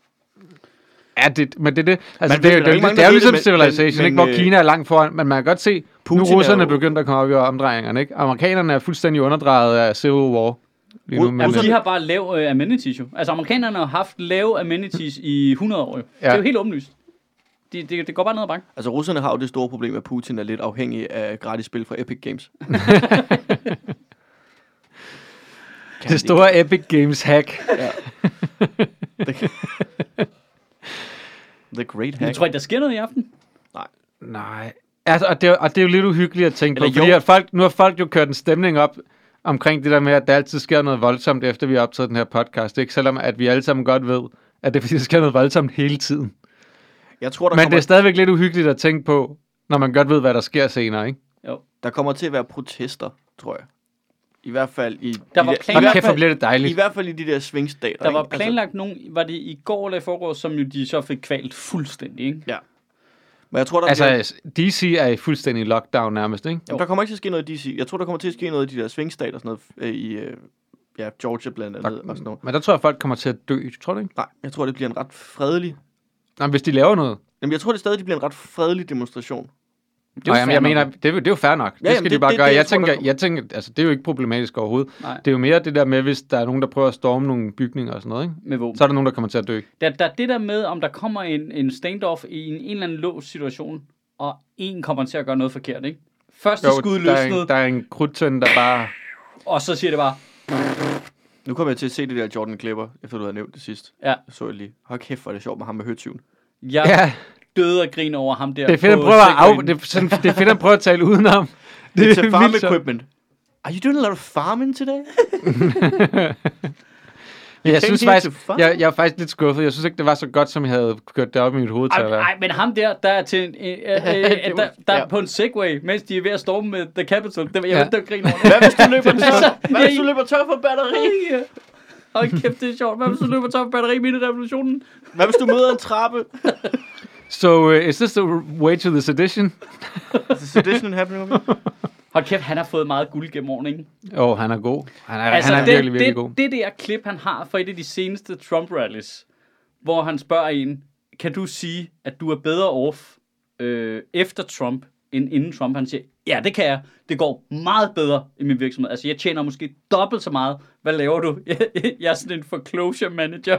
Ja, det, men det er det. Altså, Man det, ved, det, der er det, ikke det, mange, det er jo der ligesom ved det, men- Civilization, men- ikke? Hvor men, Kina er langt foran, men man kan godt se, Putin nu er russerne er jo- begyndt at komme op i omdrejningerne, ikke? Amerikanerne er fuldstændig underdrejet af Civil War. Lige nu, Ru- men, Og de har bare lav øh, amenities jo. Altså amerikanerne har haft lave amenities i hundrede år jo. Ja. Det er jo helt åbenlyst. Det de, de går bare ned ad bakken. Altså, russerne har jo det store problem, at Putin er lidt afhængig af gratis spil fra Epic Games. det store Epic Games hack. Ja. The, the Great Men Hack. tror I, der sker noget i aften? Nej. Altså, og, det, og det er jo lidt uhyggeligt at tænke Eller på, fordi jo. at folk, nu har folk jo kørt en stemning op omkring det der med, at der altid sker noget voldsomt, efter vi har optaget den her podcast. Ikke? Selvom at vi alle sammen godt ved, at det er fordi, der sker noget voldsomt hele tiden. Jeg tror, der Men kommer, det er stadigvæk lidt uhyggeligt at tænke på, når man godt ved, hvad der sker senere, ikke? Jo. der kommer til at være protester, tror jeg. I hvert fald i... Der de var der, planer- i, hvert Kæft, hvor fald, bliver det dejligt. I hvert fald i de der svingstater. Der var ikke? planlagt nogen, var det i går eller i forgårs, som jo de så fik kvalt fuldstændig, ikke? Ja. Men jeg tror, der, Altså, bliver, D C er i fuldstændig lockdown nærmest, ikke? jamen, der kommer ikke til at ske noget i D C. Jeg tror, der kommer til at ske noget i de der svingstater, sådan noget øh, i øh, ja, Georgia blandt andet. Der, og sådan noget. men der tror jeg, folk kommer til at dø, tror du ikke? Nej, jeg tror, det bliver en ret fredelig... Nej, hvis de laver noget. Jamen, jeg tror det stadig, det bliver en ret fredelig demonstration. Det er Nej, jo jamen, jeg fair mener, nok. det, er jo- det er jo fair nok. Det Ja, skal jamen, de det- bare det- gøre. det, Jeg jeg tror, tænker, der- jeg tænker, altså, det er jo ikke problematisk overhovedet. Nej, Det er jo mere det der med, hvis der er nogen, der prøver at storme nogle bygninger og sådan noget, ikke? med våben. Så er der nogen, der kommer til at dø. Der, der er det der med, om der kommer en, en standoff i en, en eller anden låst situation, og en kommer til at gøre noget forkert, ikke? Første Jo, skud der, er en, løsnede, der er en krudtønde, der bare... og så siger det bare, Nu kommer jeg til at se det der Jordan Clipper, efter du havde nævnt det sidst. ja, Jeg så jeg lige. Hold kæft, hvor er det sjovt med ham med høtyven. jeg Ja, døde og griner over ham der. det er fedt, at på prøve at, af, Segwayen. det, er sådan, det er fedt at prøve at tale udenom. Det It's a farm vildt sjovt. equipment. Are you doing a lot of farming today? Men jeg came synes here faktisk, to farm? jeg, jeg er faktisk lidt skuffet. Jeg synes ikke, det var så godt, som jeg havde kørt det op i mit hoved til Ej, at være. ej, men ham der, der er til en, øh, øh, øh, Det var- der, der ja. er på en Segway, mens de er ved at storme med The Capitol. Det, jeg Ja. ja. ved, der griner over det. Hvad hvis du løber Altså, tør? Hvad hvis du løber tør for batteri? Ja. Hold kæft, det er sjovt. Hvad hvis du løber tom for batteri midt i revolutionen? Hvad hvis du møder en trappe? So, uh, is this the way to the sedition? Is the sedition happening over here? Hold kæft, han har fået meget guld gennem årene, ikke? Åh, oh, han er god. Han er, Altså, han er det, virkelig, virkelig det, god. det der klip, han har fra et af de seneste Trump-rallies, hvor han spørger en, kan du sige, at du er bedre off øh, efter Trump, end inden Trump? Han siger, ja, det kan jeg. Det går meget bedre i min virksomhed. Altså, jeg tjener måske dobbelt så meget. Hvad laver du? Jeg er sådan en foreclosure manager.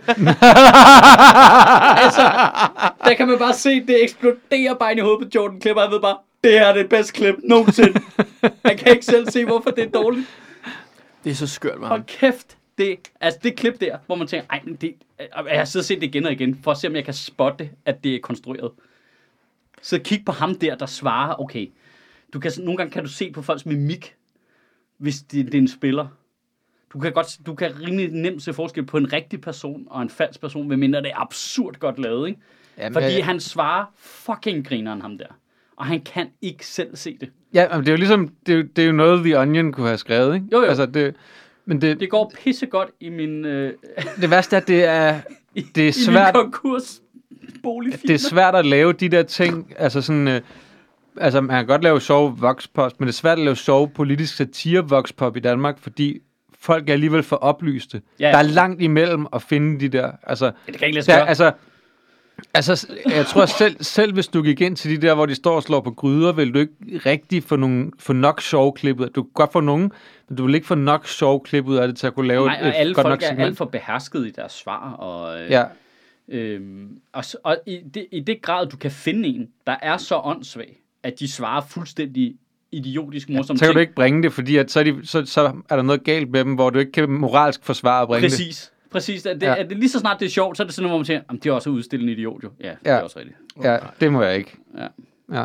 Altså, der kan man bare se, det eksploderer bare ind i hovedet på Jordan Clipper. Jeg ved bare, det her er det bedste klip nogensinde. Han kan ikke selv se, hvorfor det er dårligt. Det er så skørt med ham. Hold kæft, det, altså det klip der, hvor man tænker, ej, men det, jeg har siddet og set det igen og igen, for at se, om jeg kan spotte, at det er konstrueret. Så kig på ham der, der svarer, okay, du kan, nogle gange kan du se på folks mimik, hvis det, det er en spiller. Du kan, godt, du kan rimelig nemt se forskel på en rigtig person og en falsk person, medmindre det er absurd godt lavet, ikke? Jamen, Fordi øh, han svarer fucking grineren ham der. Og han kan ikke selv se det. Ja, men det er jo ligesom, det er, jo- det er jo noget, The Onion kunne have skrevet, ikke? Jo, jo. Altså, det, men det, Det går pissegodt i min, øh, det værste er, at det er, i, det er i svært, min konkurs boligfirma. det er svært at lave de der ting, altså sådan, øh, altså man kan godt lave sjove voxpops, men det er svært at lave sjove politisk satire voxpop i Danmark, fordi folk er alligevel for oplyste. Ja. Der er langt imellem at finde de der, altså, Ja, det kan ikke lade sig der, gøre. altså, altså, jeg tror selv, selv hvis du gik ind til de der, hvor de står og slår på gryder, vil du ikke rigtig få, nogle, få nok sjove klip ud af det. Du kan godt få nogen, men du vil ikke få nok sjove klip ud af det til at kunne lave Nej, et, og et alle godt folk nok er segment. alt for behersket i deres svar. Og, øh, Ja, øhm, og, s- og i, det, i det grad, du kan finde en, der er så åndssvag, at de svarer fuldstændig idiotisk morsomme så kan ting. du ikke bringe det, fordi at så, er de, så, så er der noget galt med dem, hvor du ikke kan moralsk forsvare at bringe det. Præcis. Præcis. At det, Ja. ja. at det, lige så snart det er sjovt, så er det sådan noget, hvor man siger, jamen, det er også udstillende idiot, jo. Ja, det Ja. er også rigtigt. Ja, det må jeg ikke. Ja. Ja.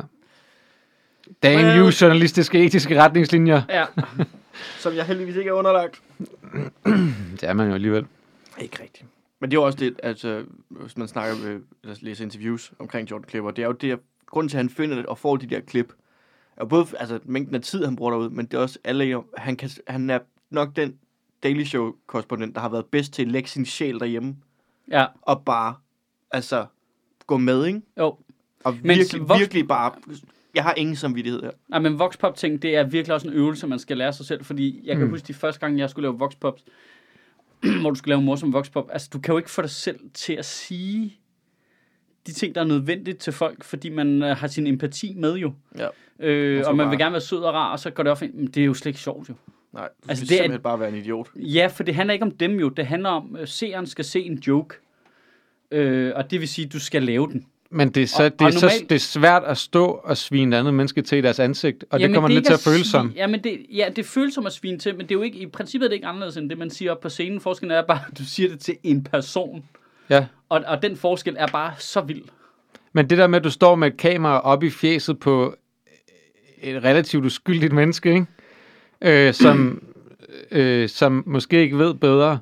Damn Well- you, journalistiske etiske retningslinjer. Ja. Som jeg heldigvis ikke er underlagt. Det er man jo alligevel. Ikke rigtigt. Men det er jo også det, altså, hvis man snakker med, eller læser interviews omkring Jordan Clipper, det er jo det, at grunden til, at han finder det og får de der klip, er jo både altså, mængden af tid, han bruger derude, men det er også alle enige om, han, kan, han er nok den Daily Show-korrespondent, der har været bedst til at lægge sin sjæl derhjemme, Ja. og bare, altså, gå med, ikke? Jo. Og Men virkelig, voks- virkelig bare, jeg har ingen samvittighed her. Nej, men voxpop-ting, det er virkelig også en øvelse, man skal lære sig selv, fordi jeg kan Mm. huske de første gange, jeg skulle lave voxpops, hvor du skulle lave en morsom voxpop, altså du kan jo ikke få dig selv til at sige de ting, der er nødvendigt til folk, fordi man øh, har sin empati med jo. Ja. Øh, skal og man bare- vil gerne være sød og rar, og så går det op, men det er jo slet ikke sjovt jo. Nej, du Altså, altså, det det er- simpelthen bare være en idiot. Ja, for det handler ikke om dem jo, det handler om, at seeren skal se en joke, øh, og det vil sige, at du skal lave den. Men det er, så, Og- det, er og så, normalt- det er svært at stå og svine et andet menneske til i deres ansigt, og Jamen, det kommer er lidt ikke til at føles svi- som. Jamen, det, ja, det føles som at svine til, men det er jo ikke, i princippet er det ikke anderledes end det, man siger op på scenen. Forskellen er bare, at du siger det til en person, Ja. og, og den forskel er bare så vild. Men det der med, at du står med et kamera op i fjeset på et relativt uskyldigt menneske, ikke? Øh, som, øh, som måske ikke ved bedre,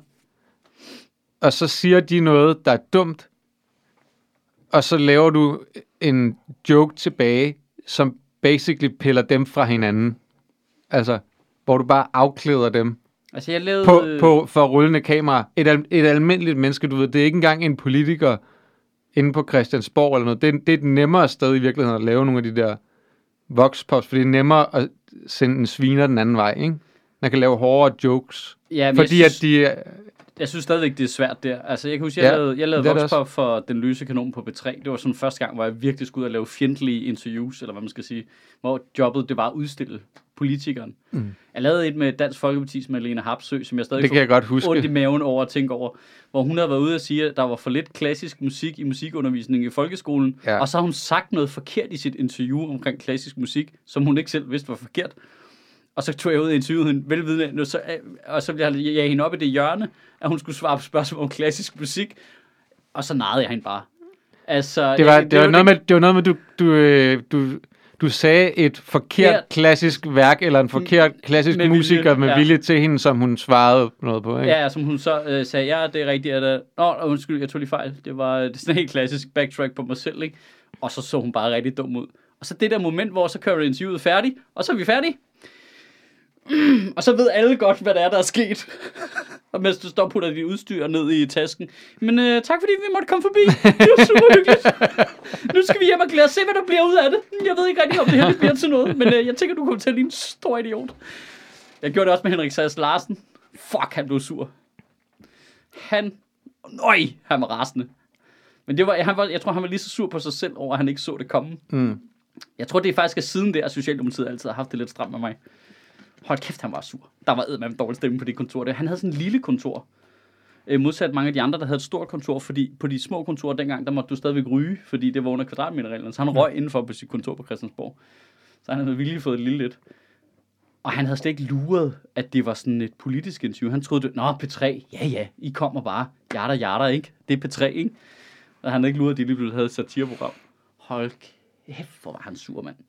og så siger de noget, der er dumt, og så laver du en joke tilbage, som basically piller dem fra hinanden. Altså, hvor du bare afklæder dem Altså, jeg lavede... på, på for rullende kamera. Et, al, et almindeligt menneske, du ved, det er ikke engang en politiker inde på Christiansborg eller noget. Det, er- det er et nemmere sted i virkeligheden at lave nogle af de der voxpops, for det er nemmere at sende en sviner den anden vej, ikke? Man kan lave hårdere jokes, Ja, men fordi jeg at synes, de... er- jeg synes stadigvæk, det er svært der. Altså, jeg kan huske, jeg Ja, lavede, jeg lavede det er det voxpop for Den Løse Kanon på B tre. Det var sådan første gang, hvor jeg virkelig skulle ud og lave fjendtlige interviews, eller hvad man skal sige. Hvor jobbet, det var at udstille politikeren. Mm. Jeg lavede et med Dansk Folkepartis Malene Hapsø, som jeg stadig Det kan jeg godt huske. ondt i maven over at tænke over, hvor hun havde været ude og sige, at der var for lidt klassisk musik i musikundervisningen i folkeskolen, Ja. og så har hun sagt noget forkert i sit interview omkring klassisk musik, som hun ikke selv vidste var forkert. Og så tog jeg ud og interviewede hende velvidende, og så, og så blev jeg jaget hende op i det hjørne, at hun skulle svare på spørgsmål om klassisk musik, og så narrede jeg hende bare. Altså, Det var, jeg, det, var noget med, det var noget med, du, du, øh, du, du sagde et forkert Forkert. klassisk værk, eller en forkert klassisk Med vilje, musiker med ja. vilje til hende, som hun svarede noget på, ikke? Ja, som hun så øh, sagde, ja, det er rigtigt, at... Uh, Nå, undskyld, jeg tog lige fejl. Det var det er sådan en helt klassisk backtrack på mig selv, ikke? Og så så hun bare rigtig dum ud. Og så det der moment, hvor så kører interviewet færdig, og så er vi færdige. Og så ved alle godt, hvad der er, der er sket. Og mens du står og putter dit udstyr ned i tasken. Men øh, tak fordi vi måtte komme forbi. Det var super hyggeligt. Nu skal vi hjem og glæde os. Se, hvad der bliver ud af det. Jeg ved ikke rigtig, om det her bliver til noget. Men øh, jeg tænker, du kommer til at ligne en stor idiot. Jeg gjorde det også med Henrik Sass Larsen. Fuck, han blev sur. Han... Nøj, han var rasende. Men det var, han var, jeg tror, han var lige så sur på sig selv over, at han ikke så det komme. Mm. Jeg tror, det er faktisk at siden der, at Socialdemokratiet altid har haft det lidt stramt med mig. Hold kæft, han var sur. Der var eddermame dårlig stemme på det kontor. Han havde sådan en lille kontor. Øh, modsat mange af de andre, der havde et stort kontor, fordi på de små kontorer dengang, der måtte du stadigvæk ryge, fordi det var under kvadratmeterreglerne. Så han røg indenfor på sit kontor på Christiansborg. Så han havde virkelig fået et lille lidt. Og han havde slet ikke luret, at det var sådan et politisk interview. Han troede, det, nå, P tre, ja ja, I kommer bare. Jarter, jarter, ikke? Det er P tre, ikke? Og han havde ikke luret, at de lige pludselig havde et satireprogram. Hold kæft, hvor var han sur, mand.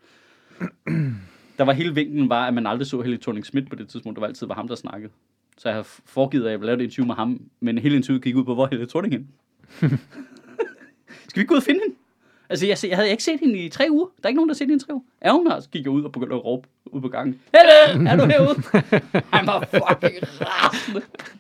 Der var hele vinklen var, at man aldrig så Helle Thorning-Schmidt på det tidspunkt. Det var altid var ham, der snakkede. Så jeg har foregivet, at jeg ville lave et interview med ham, men hele interviewet gik ud på, hvor Helle Thorning hen. Skal vi ikke gå ud og finde hende? Altså, jeg, jeg havde ikke set hende i tre uger. Der er ikke nogen, der har set hende i tre uger. Er hun her? Så gik jeg ud og begyndte at råbe ud på gangen. Helle, er du herude? Han var fucking rasende.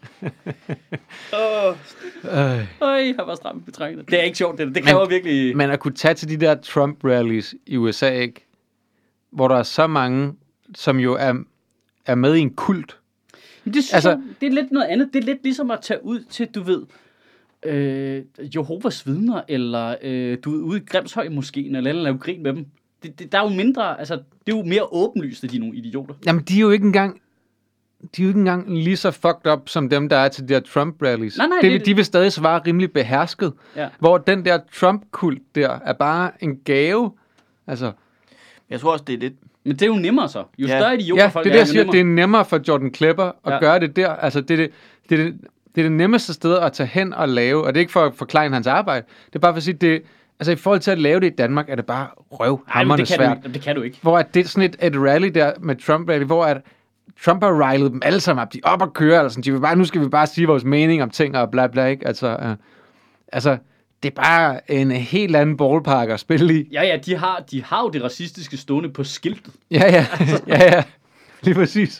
Åh, Øh. øj, han var stram betrængt. Det er ikke sjovt, det, det kræver Men- virkelig... Men at kunne tage til de der Trump-rallies i U S A, ikke? Hvor der er så mange, som jo er, er med i en kult. Men det, synes Altså- altså, jeg, det er lidt noget andet. Det er lidt ligesom at tage ud til, du ved, øh, Jehovas vidner, eller øh, du er ude i Grimshøj-moskeen, eller, eller lave grin med dem. Det, det, der er jo mindre, altså, det er jo mere åbenlyst, at de er nogle idioter. Jamen, de er jo ikke engang... De er jo ikke engang lige så fucked up, som dem, der er til de der Trump-rallies. Nej, nej, det, det- de vil stadig svare rimelig behersket. Ja. Hvor den der Trump-kult der er bare en gave. Altså, Jeg tror også, det er lidt... Men det er jo nemmere så. Jo Ja. større idioter ja, folk det er det, jeg jo siger. nemmere. Det er nemmere for Jordan Klepper at Ja. gøre det der. Altså, det er det, det, er det, det er det nemmeste sted at tage hen og lave. Og det er ikke for at forklare hans arbejde. Det er bare for at sige, det, altså i forhold til at lave det i Danmark, er det bare Ej, men røvhamrende det kan, svært. du ikke. det kan du ikke. Hvor at det er sådan et, et rally der med Trump-rally, hvor at Trump har rilet dem alle sammen op. De er op at køre, eller sådan. De vil bare, nu skal vi bare sige vores mening om ting og bla bla, ikke? Altså, uh, altså, det er bare en helt anden ballpark at spille i. Ja, ja, de har, de har jo det racistiske stående på skiltet. Ja, ja, ja, ja. Lige præcis.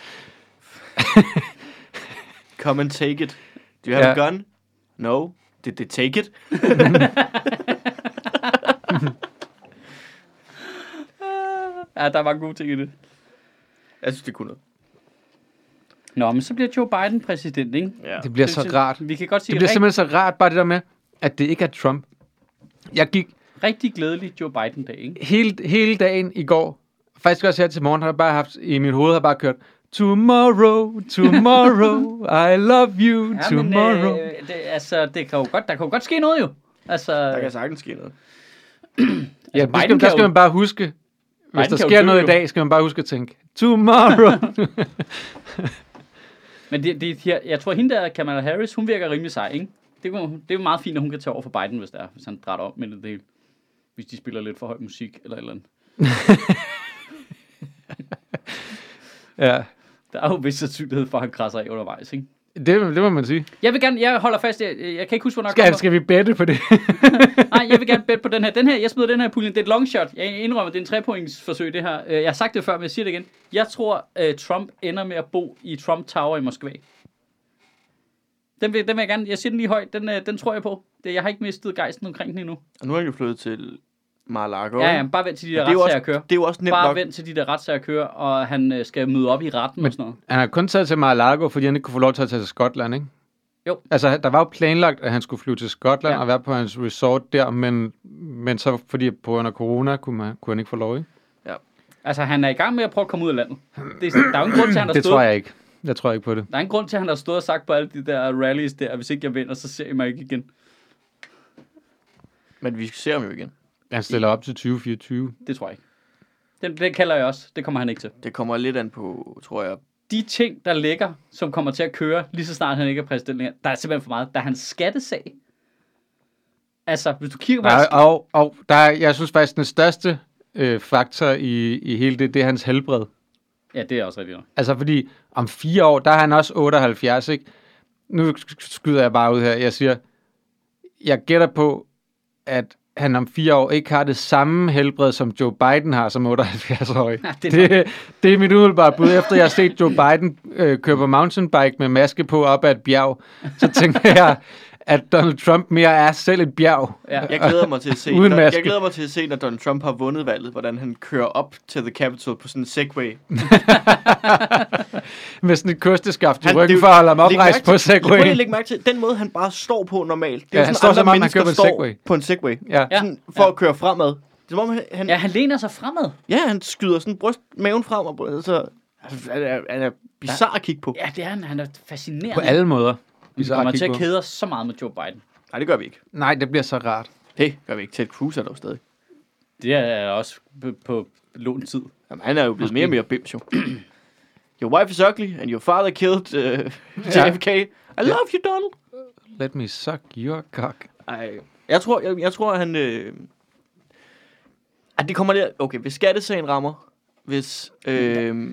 Come and take it. Do you have Ja. a gun? No. Did they take it? Ja, der var gode ting i det. Jeg synes, det kunne noget. Nå, men så bliver Joe Biden præsident, ikke? Ja. Det bliver så Det- rart. Vi kan godt sige Det bliver rigt, simpelthen så rart, bare det der med, at det ikke er Trump. Jeg gik rigtig glædelig Joe Biden-dag, ikke? hele, hele dagen i går, faktisk også her til morgen, har jeg bare haft, i mit hoved har jeg bare kørt, tomorrow, tomorrow, I love you, Ja, tomorrow. men, øh, det, altså, det kan jo godt, der kan jo godt ske noget jo. Altså, Der kan sagtens ske noget. Ja, altså, det skal, Biden der kan skal jo- man bare huske, hvis Biden der kan jo sker dø, noget jo. i dag, skal man bare huske at tænke, tomorrow. Men det, det, her, jeg tror, hende der, Kamala Harris, hun virker rimelig sej, ikke? Det, kunne, det er jo meget fint, at hun kan tage over for Biden, hvis, det er, hvis han drætter op med det hele. hvis de spiller lidt for høj musik, eller et eller andet. Ja, Der er jo vist sandsynlighed for, at han krasser af undervejs, ikke? det, det må man sige. Jeg vil gerne, jeg holder fast, jeg, jeg kan ikke huske, hvornår Skal, skal vi bette på det? Nej, jeg vil gerne bette på den her. Den her, jeg smider den her puljen. Det er et long shot. Jeg indrømmer, det er en trepointsforsøg, det her. Jeg har sagt det før, men jeg siger det igen. Jeg tror, uh, Trump ender med at bo i Trump Tower i Moskva. Den vil, den vil jeg gerne, jeg siger den lige højt, den, uh, den tror jeg på. Det, jeg har ikke mistet gejsten omkring den endnu. Og nu er han jo flyttet til Mar-a-Lago. Ja, ja, bare vent til de der det er jo retssager også, kører. det er jo også nemt Bare nok. vent til de der retssager kører, og han uh, skal møde op i retten Men- og sådan noget. Han har kun taget til Mar-a-Lago, fordi han ikke kunne få lov til at tage til Skotland, ikke? Jo. Altså, der var jo planlagt, at han skulle flyve til Skotland Ja. og være på hans resort der, men, men så fordi på grund af corona kunne, man, kunne han ikke få lov, ikke? Altså, han er i gang med at prøve at komme ud af landet. Det er, der er jo en grund til, at han har Det stået... tror jeg ikke. Jeg tror ikke på det. Der er en grund til, at han har stået og sagt på alle de der rallies der, at hvis ikke jeg vinder, så ser I mig ikke igen. Men vi ser ham jo igen. Han stiller op til tyve fireogtyve. Det tror jeg ikke. Den, det kalder jeg også. Det kommer han ikke til. Det kommer lidt an på, tror jeg. De ting, der ligger, som kommer til at køre, lige så snart han ikke er præsident længere, der er simpelthen for meget. Der er hans skattesag. Altså, hvis du kigger på... Nej, hans- og, og der er, jeg synes faktisk, den største øh, faktor i, i hele det, det er hans helbred. Ja, det er også rigtigt. Altså, fordi om fire år, der er han også otteoghalvfjerds, ikke? Nu skyder jeg bare ud her. Jeg siger, jeg gætter på, at han om fire år ikke har det samme helbred, som Joe Biden har som otteoghalvfjerds-årig. Ja, det er det, det er mit umiddelbare bud. Efter jeg har set Joe Biden øh, køre på mountainbike med maske på op ad et bjerg, så tænker jeg, at Donald Trump mere er selv et bjerg. Ja. Jeg glæder mig til at se, Uden når, maske. jeg glæder mig til at se, når Donald Trump har vundet valget, hvordan han kører op til The Capitol på sådan en Segway. Med sådan et kosteskaft i Han- ryggen det- for at holde ham Læg oprejst mærke på til- Prøv lige Segway. at lægge mærke til, den måde han bare står på normalt. Det er Ja, jo han sådan, står andre som om, han mennesker kører på en står Segway. på en Segway. Ja. Ja. Sådan, for at køre fremad. Det er som om, han, han, Ja, han læner sig fremad. ja, han skyder sådan bryst, maven frem, og altså, han er, han er bizarre at kigge på. Ja, det er han. Han er fascinerende. På alle måder. Vi så kommer at til kigge at på. kede os så meget med Joe Biden. Nej, det gør vi ikke. Nej, det bliver så rart. Det gør vi ikke. Ted Cruz er der jo stadig. Det er også på, på lånt tid. Jamen, han er jo blevet mere og mere bims, jo. Your wife is ugly, and your father killed uh, J F K. I love you, Donald. Let me suck your cock. Ej, jeg tror, jeg, jeg tror, at han... Øh, at det kommer der... Okay, hvis skattesagen rammer, hvis... Øh,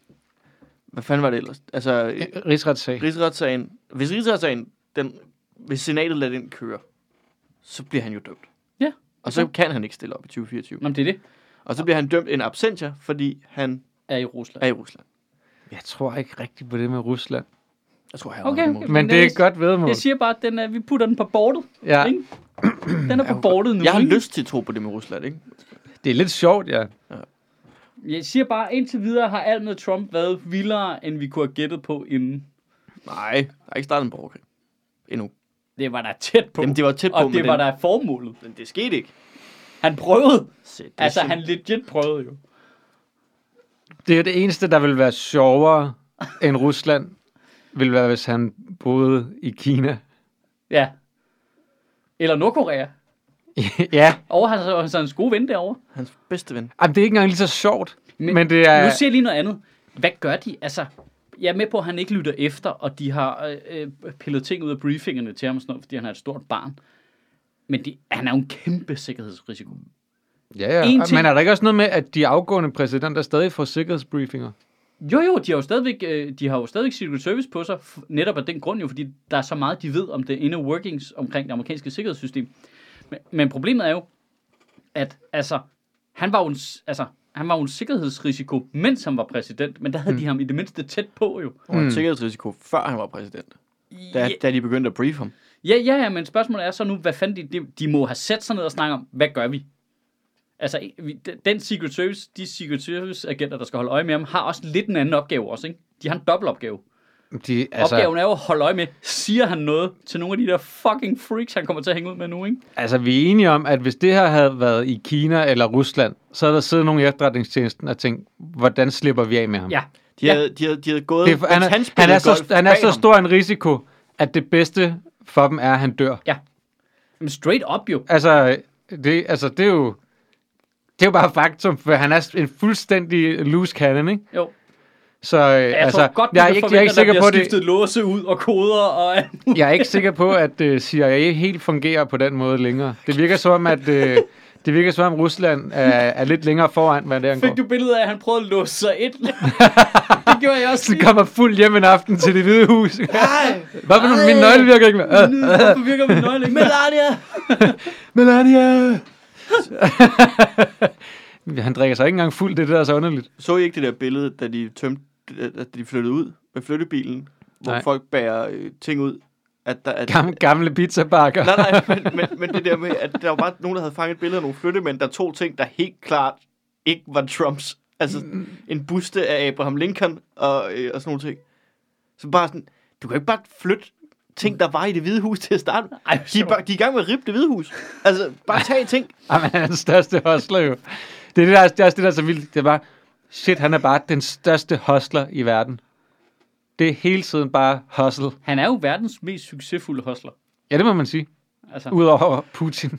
hvad fanden var det ellers? Altså, øh, Rigsretssag. rigsretssagen... Hvis rigsretssagen, den, hvis senatet lader den køre, så bliver han jo dømt. Ja. Og så kan han ikke stille op i tyve fireogtyve. Nå, men det er det. Og så bliver han dømt en absentia, fordi han Er i Rusland. er i Rusland. Jeg tror ikke rigtigt på det med Rusland. Jeg tror, jeg Okay, har okay. okay. Men det er et godt vedmål. Jeg siger bare, at den er, vi putter den på bordet. Ja, Ikke? Den er på bordet nu. Jeg har ikke? lyst til at tro på det med Rusland, ikke? det er lidt sjovt, ja. Jeg siger bare, indtil videre har alt med Trump været vildere, end vi kunne have gættet på inden. Nej, der er ikke startet en borgerkrig. Endnu. Det var der tæt på. Jamen, det var tæt på, og men det var den- der formålet. Men det skete ikke. Han prøvede. Se, det Altså, er han legit prøvede jo. Det er det eneste, der vil være sjovere end Rusland, vil være, hvis han boede i Kina. Ja. Eller Nordkorea. ja, Og han har så en gode ven derovre. hans bedste ven. Jamen, det er ikke engang lige så sjovt. Men, Men- men det er... Nu siger jeg lige noget andet. Hvad gør de? Altså, jeg er med på, at han ikke lytter efter, og de har øh, øh, pillet ting ud af briefingerne til ham, og sådan noget, fordi han er et stort barn. Men de, han er jo en kæmpe sikkerhedsrisiko. Ja, En ja. ting- Men er der ikke også noget med, at de afgående præsidenter stadig får sikkerhedsbriefinger? Jo, jo, de har jo stadigvæk, øh, de har jo stadigvæk Secret Service på sig, f- netop af den grund jo, fordi der er så meget, de ved om det inner workings omkring det amerikanske sikkerhedssystem. Men, men problemet er jo, at altså, han var jo en, s- altså, han var jo en sikkerhedsrisiko, mens han var præsident, men der havde mm. de ham i det mindste tæt på jo. Og en Mm. sikkerhedsrisiko, før han var præsident. Da, Ja, da de begyndte at brief ham. ja, ja, ja, men spørgsmålet er så nu, hvad fanden de, de, de må have sat sig ned og snakke om, hvad gør vi? Altså, vi- den Secret Service, de Secret Service-agenter, der skal holde øje med ham, har også lidt en anden opgave også, ikke? De har en dobbelt opgave. De, Altså, altså, opgaven er jo at holde øje med, siger han noget til nogle af de der fucking freaks, han kommer til at hænge ud med nu, ikke? altså, vi er enige om, at hvis det her havde været i Kina eller Rusland, så havde der siddet nogle i efterretningstjenesten og tænkt, hvordan slipper vi af med ham? Ja. De, Ja. havde, de, havde, de havde gået... Det er, han, mens er, han, spillede er så, golf han er bag så ham. stor en risiko, at det bedste for dem er, at han dør. Men straight up jo. Altså, det, altså, det er jo... Det er jo bare faktum, for han er en fuldstændig loose cannon, ikke? Jo. Så øh, Jeg altså, tror godt, jeg er kan ikke, jeg er ikke forvente, sikker der på bliver det. skiftet låse ud og koder og alt muligt. Jeg er ikke sikker på, at uh, C I A helt fungerer på den måde længere. Det virker som om, at uh, Det virker som om Rusland er, er lidt længere foran, hvad det angår. Fik du billedet af, at han prøvede at låse sig ind? Det gjorde jeg også Så lige. kommer fuld hjem en aften til Det Hvide Hus. Nej! Hvorfor nu? Min nøgle virker ikke mere. Hvorfor virker min nøgle ikke? Melania! Melania! Han drikker sig ikke engang fuld, det er det, der er så underligt. Så I ikke det der billede, da de tømte, da de flyttede ud med flyttebilen, hvor Nej. folk bærer øh, ting ud? At der, at, Gamle, gamle pizzabakker. nej, nej, men, men, men det der med, at der var bare nogen, der havde fanget et billede af nogle flyttemænd, der tog ting, der helt klart ikke var Trumps. Altså en buste af Abraham Lincoln og, øh, og sådan nogle ting. Så bare sådan, du kan ikke bare flytte ting, der var i Det Hvide Hus til at starte med. Ej, De er, bare, de er i gang med at rippe Det Hvide Hus. Altså, bare tag ting. Ej, men han er den største hustler jo. Det er, det, der, det er også det, der er så vildt. Det er bare, shit, han er bare den største hustler i verden. Det er hele tiden bare hustle. Han er jo verdens mest succesfulde hustler. Ja, det må man sige. Altså, Udover Putin.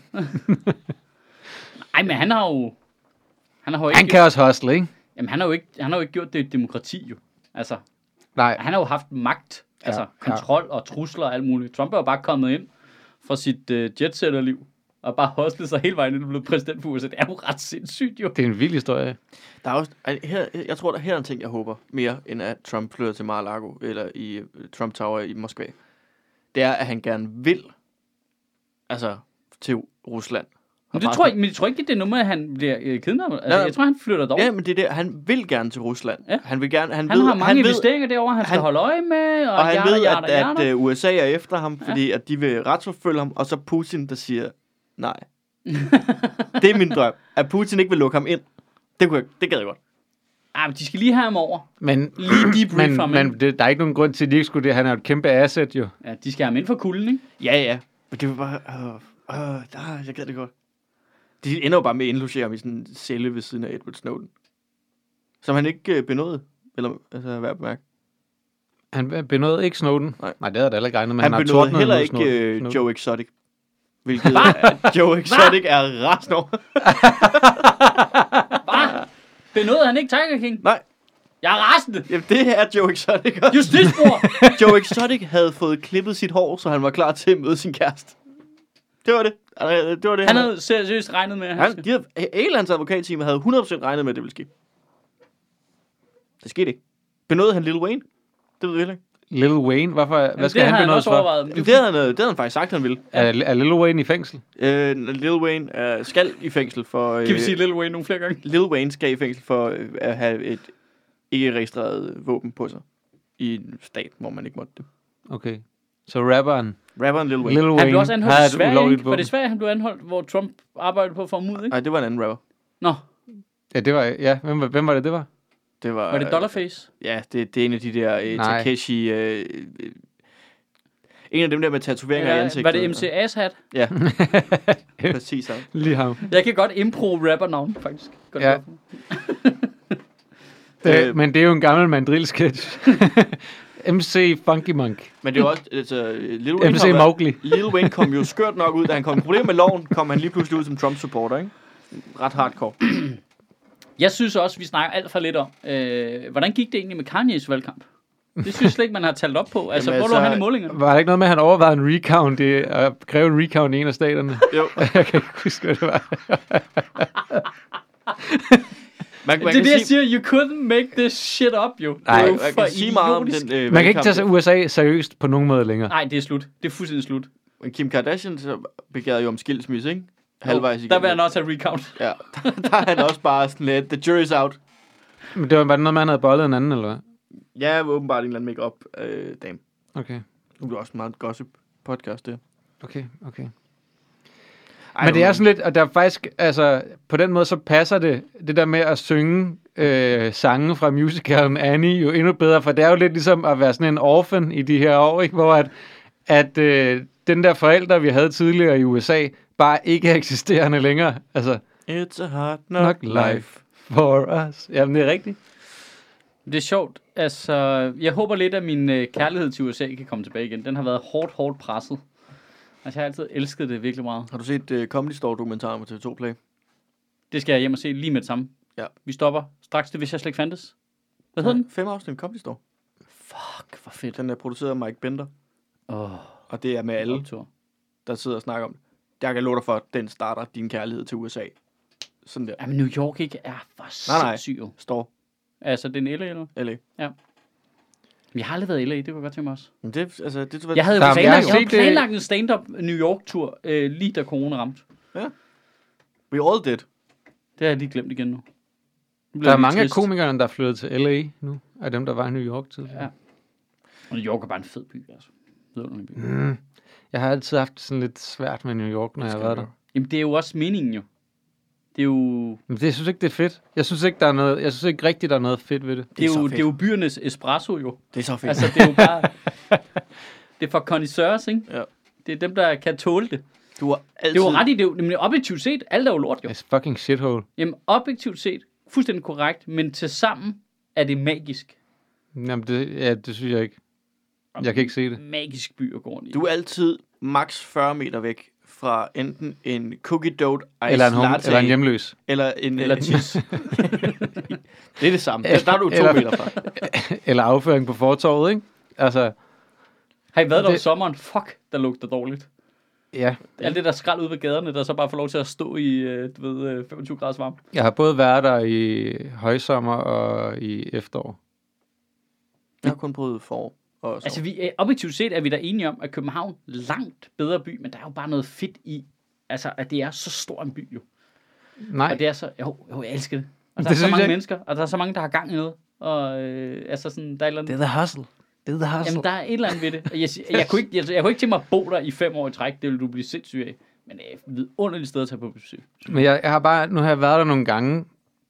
ej, men han har jo... Han har jo ikke... Han kan også hustle, ikke? Jamen, han har jo ikke, han har jo ikke gjort det i demokrati, jo. Altså, Nej. han har jo haft magt, altså Ja, kontrol og trusler og alt muligt. Trump er jo bare kommet ind fra sit uh, jetsetter-liv og bare hustlet sig hele vejen, inden han blev præsident for U S A. Det er jo ret sindssygt, jo. Det er en vild historie. Der er også, altså, her, jeg tror, der her er en ting, jeg håber mere, end at Trump flytter til Mar-a-Lago eller i uh, Trump Tower i Moskva. Det er, at han gerne vil altså til Rusland. Men det tror jeg, men jeg tror ikke, det er noget med, at han bliver øh, kidnappet. Altså, Nej, jeg tror, han flytter derover. Ja, men det er det. Han vil gerne til Rusland. Ja. Han vil gerne. Han, Han ved, har mange han investeringer derovre, han skal han- holde øje med, og, og han yada, ved, yada, at, yada. at uh, U S A er efter ham, fordi at de vil retsforfølge ham, og så Putin, der siger nej. Det er min drøm. At Putin ikke vil lukke ham ind. Det, kunne jeg, det gad jeg godt. Ej, men de skal lige have ham over. Men, Lige debrief men, ham, men ikke? det, der er ikke nogen grund til, at de ikke skulle det. Han er jo et kæmpe asset, jo. Ja, de skal have ham ind for kulden, ikke? Ja, ja. Men det var bare... Øh, øh, der, jeg gad det godt. De ender jo bare med at indlogere ham i sådan en celle ved siden af Edward Snowden. Som han ikke øh, benåede. Eller, altså, værd at bemærke. Han benåede ikke Snowden. Nej. Nej, det havde jeg da heller ikke regnet med. Han, har han benåede tordnet heller mod ikke Snowden. øh, Snowden. Joe Exotic. Hvilket er, Joe Exotic er rasende over. Hvad? Benåede han ikke Tiger King? Nej, Jeg er rasende! jamen, det er Joe Exotic også. Justitsbror! Joe Exotic havde fået klippet sit hår, så han var klar til at møde sin kæreste. Det var det. Altså, det var det, Han havde seriøst regnet med, at han Han, de havde, hele hans advokatteam havde hundrede procent regnet med, at det ville ske. Det skete ikke. Benåede han Lil Wayne? Det ved vi heller ikke. Lil Wayne, hvorfor, hvad Jamen, skal det han har han benådes også for? overvejet. men Det, det- havde han, øh, det havde han faktisk sagt, han ville. Er, er Lil Wayne i fængsel? Øh, Lil Wayne er, skal i fængsel for... Øh, Kan vi sige Lil Wayne nogle flere gange? Lil Wayne skal i fængsel for øh, at have et ikke registreret våben på sig. I en stat, hvor man ikke måtte det. Okay. Så rapperen Rapperen Lil Wayne. Lil Wayne Han blev også har anholdt i et Sverige, ulovligt ikke? Var det våben. Sverige, han blev anholdt, hvor Trump arbejdede på at få ham ud, ikke? Nej, det var en anden rapper. Nå, Ja, det var, ja. Hvem, var- hvem var det, det var? Det var, var det Dollarface? Ja, det, det er en af de der øh, Nej. Takeshi... Øh, øh, en af dem der med tatoveringer i Ja, ansigtet. var det M C Asshat? Ja, præcis. Sådan. Lige ham. Jeg kan godt impro-rapper-navn, faktisk. Godt Ja. ja. Det, Øh. men det er jo en gammel mandrill-sketch. M C Funky Monk. Men det er jo også... Altså, Lil Wayne, M C har været- Mowgli. Lil Wayne kom jo skørt nok ud. Da han kom i problemer med loven, kom han lige pludselig ud som Trump-supporter, ikke? Ret hardcore. Jeg synes også, vi snakker alt for lidt om, øh, hvordan gik det egentlig med Kanye's valgkamp? Det synes jeg slet ikke, man har talt op på. Altså, Jamen, hvor lå altså- han i målingerne? Var der ikke noget med, at han overvejede en recount i, at kræve en recount i en af staterne? Jo. Jeg kan ikke huske, hvad det var. Man, man Det er det, jeg sige, siger. You couldn't make this shit up, jo. Nej, det er jo man for kan sige meget om idiotisk. den øh, Man kan ikke valgkamp. tage U S A seriøst på nogen måde længere. Nej, det er slut. Det er fuldstændig slut. Men Kim Kardashian så begærede jo om skilsmisse, ikke? Halvvejs Jo, igennem. der vil han også have recount. Ja, der, der er han også bare sådan lidt, the jury's out. Men det var bare noget, man havde bollet en anden, eller hvad? Ja, åbenbart en eller anden make-up øh, dame. Okay, Nu er det også en meget gossip podcast, det. okay, okay. Ej, Men det er sådan lidt, og der er faktisk, altså, på den måde, så passer det, det der med at synge øh, sange fra musicalen Annie jo endnu bedre, for det er jo lidt ligesom at være sådan en orphan i de her år, ikke? Hvor at, at øh, den der forælder, vi havde tidligere i U S A, bare ikke er eksisterende længere. Altså, It's a hard knock knock life. life for us. Jamen, det er rigtigt. Det er sjovt. Altså, jeg håber lidt, at min øh, kærlighed til U S A kan komme tilbage igen. Den har været hårdt, hårdt presset. Altså, jeg har altid elsket det virkelig meget. Har du set uh, Comedy Store-dokumentaren på T V to Play? Det skal jeg hjem og se lige med det samme. Ja. Vi stopper straks det, hvis jeg slet ikke fandtes. Hvad hedder den? Fem afsnit Comedy Store. Fuck, hvor fedt. Den er produceret af Mike Bender. Åh, Og det er med alle, optur. der sidder og snakker om det. jeg kan love dig for, at den starter din kærlighed til U S A. Sådan der. Jamen, New York ikke er for Nej, nej. sindssygt jo. Står. Altså, det er en L A, eller? L A. Ja. Men jeg har aldrig været i L A, det kunne jeg godt tænke mig også. Men det, altså, det, det, Jeg havde jo Der er- planlagt, jeg jeg har havde set det- planlagt en stand-up New York-tur, øh, lige da corona ramte. We all did. Det har jeg lige glemt igen nu. Nu bliver Der er jeg lidt mange af trist. komikerne, der er flyttet til L A nu, af dem, der var i New York tidligere. Ja. Og New York er bare en fed by, altså. Vidunderlig by. Mm. Jeg har altid haft sådan lidt svært med New York, når jeg har været der. Jamen, det er jo også meningen jo. Det er jo... Men det, jeg synes ikke, det er fedt. Jeg synes ikke, der er noget, jeg synes ikke rigtigt, der er noget fedt ved det. Det er, så jo, fedt. det er jo byernes espresso, jo. Det er så fedt. Altså, det er jo bare... det er for connoisseurs, ikke? Ja. Det er dem, der kan tåle det. Du har altid... Det er jo ret i det. er jo- Men objektivt set, alt er jo lort, jo. It's fucking shithole. Jamen, objektivt set, fuldstændig korrekt, men til sammen er det magisk. Jamen, det, ja, det synes jeg ikke. Jeg kan ikke se det. Magisk by at gå rundt i. Du er altid maks fyrre meter væk fra enten en cookie dough ice Eller en, home, latte, eller en hjemløs. eller en... Eller øh, tis. det er det samme. Der er du to Eller- meter fra. Eller afføring på fortorvet, ikke? Altså, Har I været der om Det- sommeren? Fuck, der lugter dårligt. ja. Alt det der skrald ude ved gaderne, der så bare får lov til at stå i, øh, du ved, øh, femogtyve graders varme. Jeg har både været der i højsommer og i efterår. Jeg har kun prøvet forår. Og så. Altså, vi, øh, objektivt set er vi da enige om, at København er langt bedre by, men der er jo bare noget fedt i, altså, at det er så stor en by, jo. Nej, Og det er så, jo, jo jeg elsker det. Og der Det er så synes mange jeg ikke. mennesker, og der er så mange, der har gang i noget. Og øh, altså sådan, der er et eller andet... det er the hustle. Det er the hustle. Jamen, der er et eller andet ved det. Og Jeg, jeg, jeg, kunne ikke, jeg, jeg kunne ikke tænke mig at bo der i fem år i træk. Det ville du blive sindssyg af. Men det er et vidunderligt sted at tage på besøg. Men jeg, jeg har bare, nu har jeg været der nogle gange,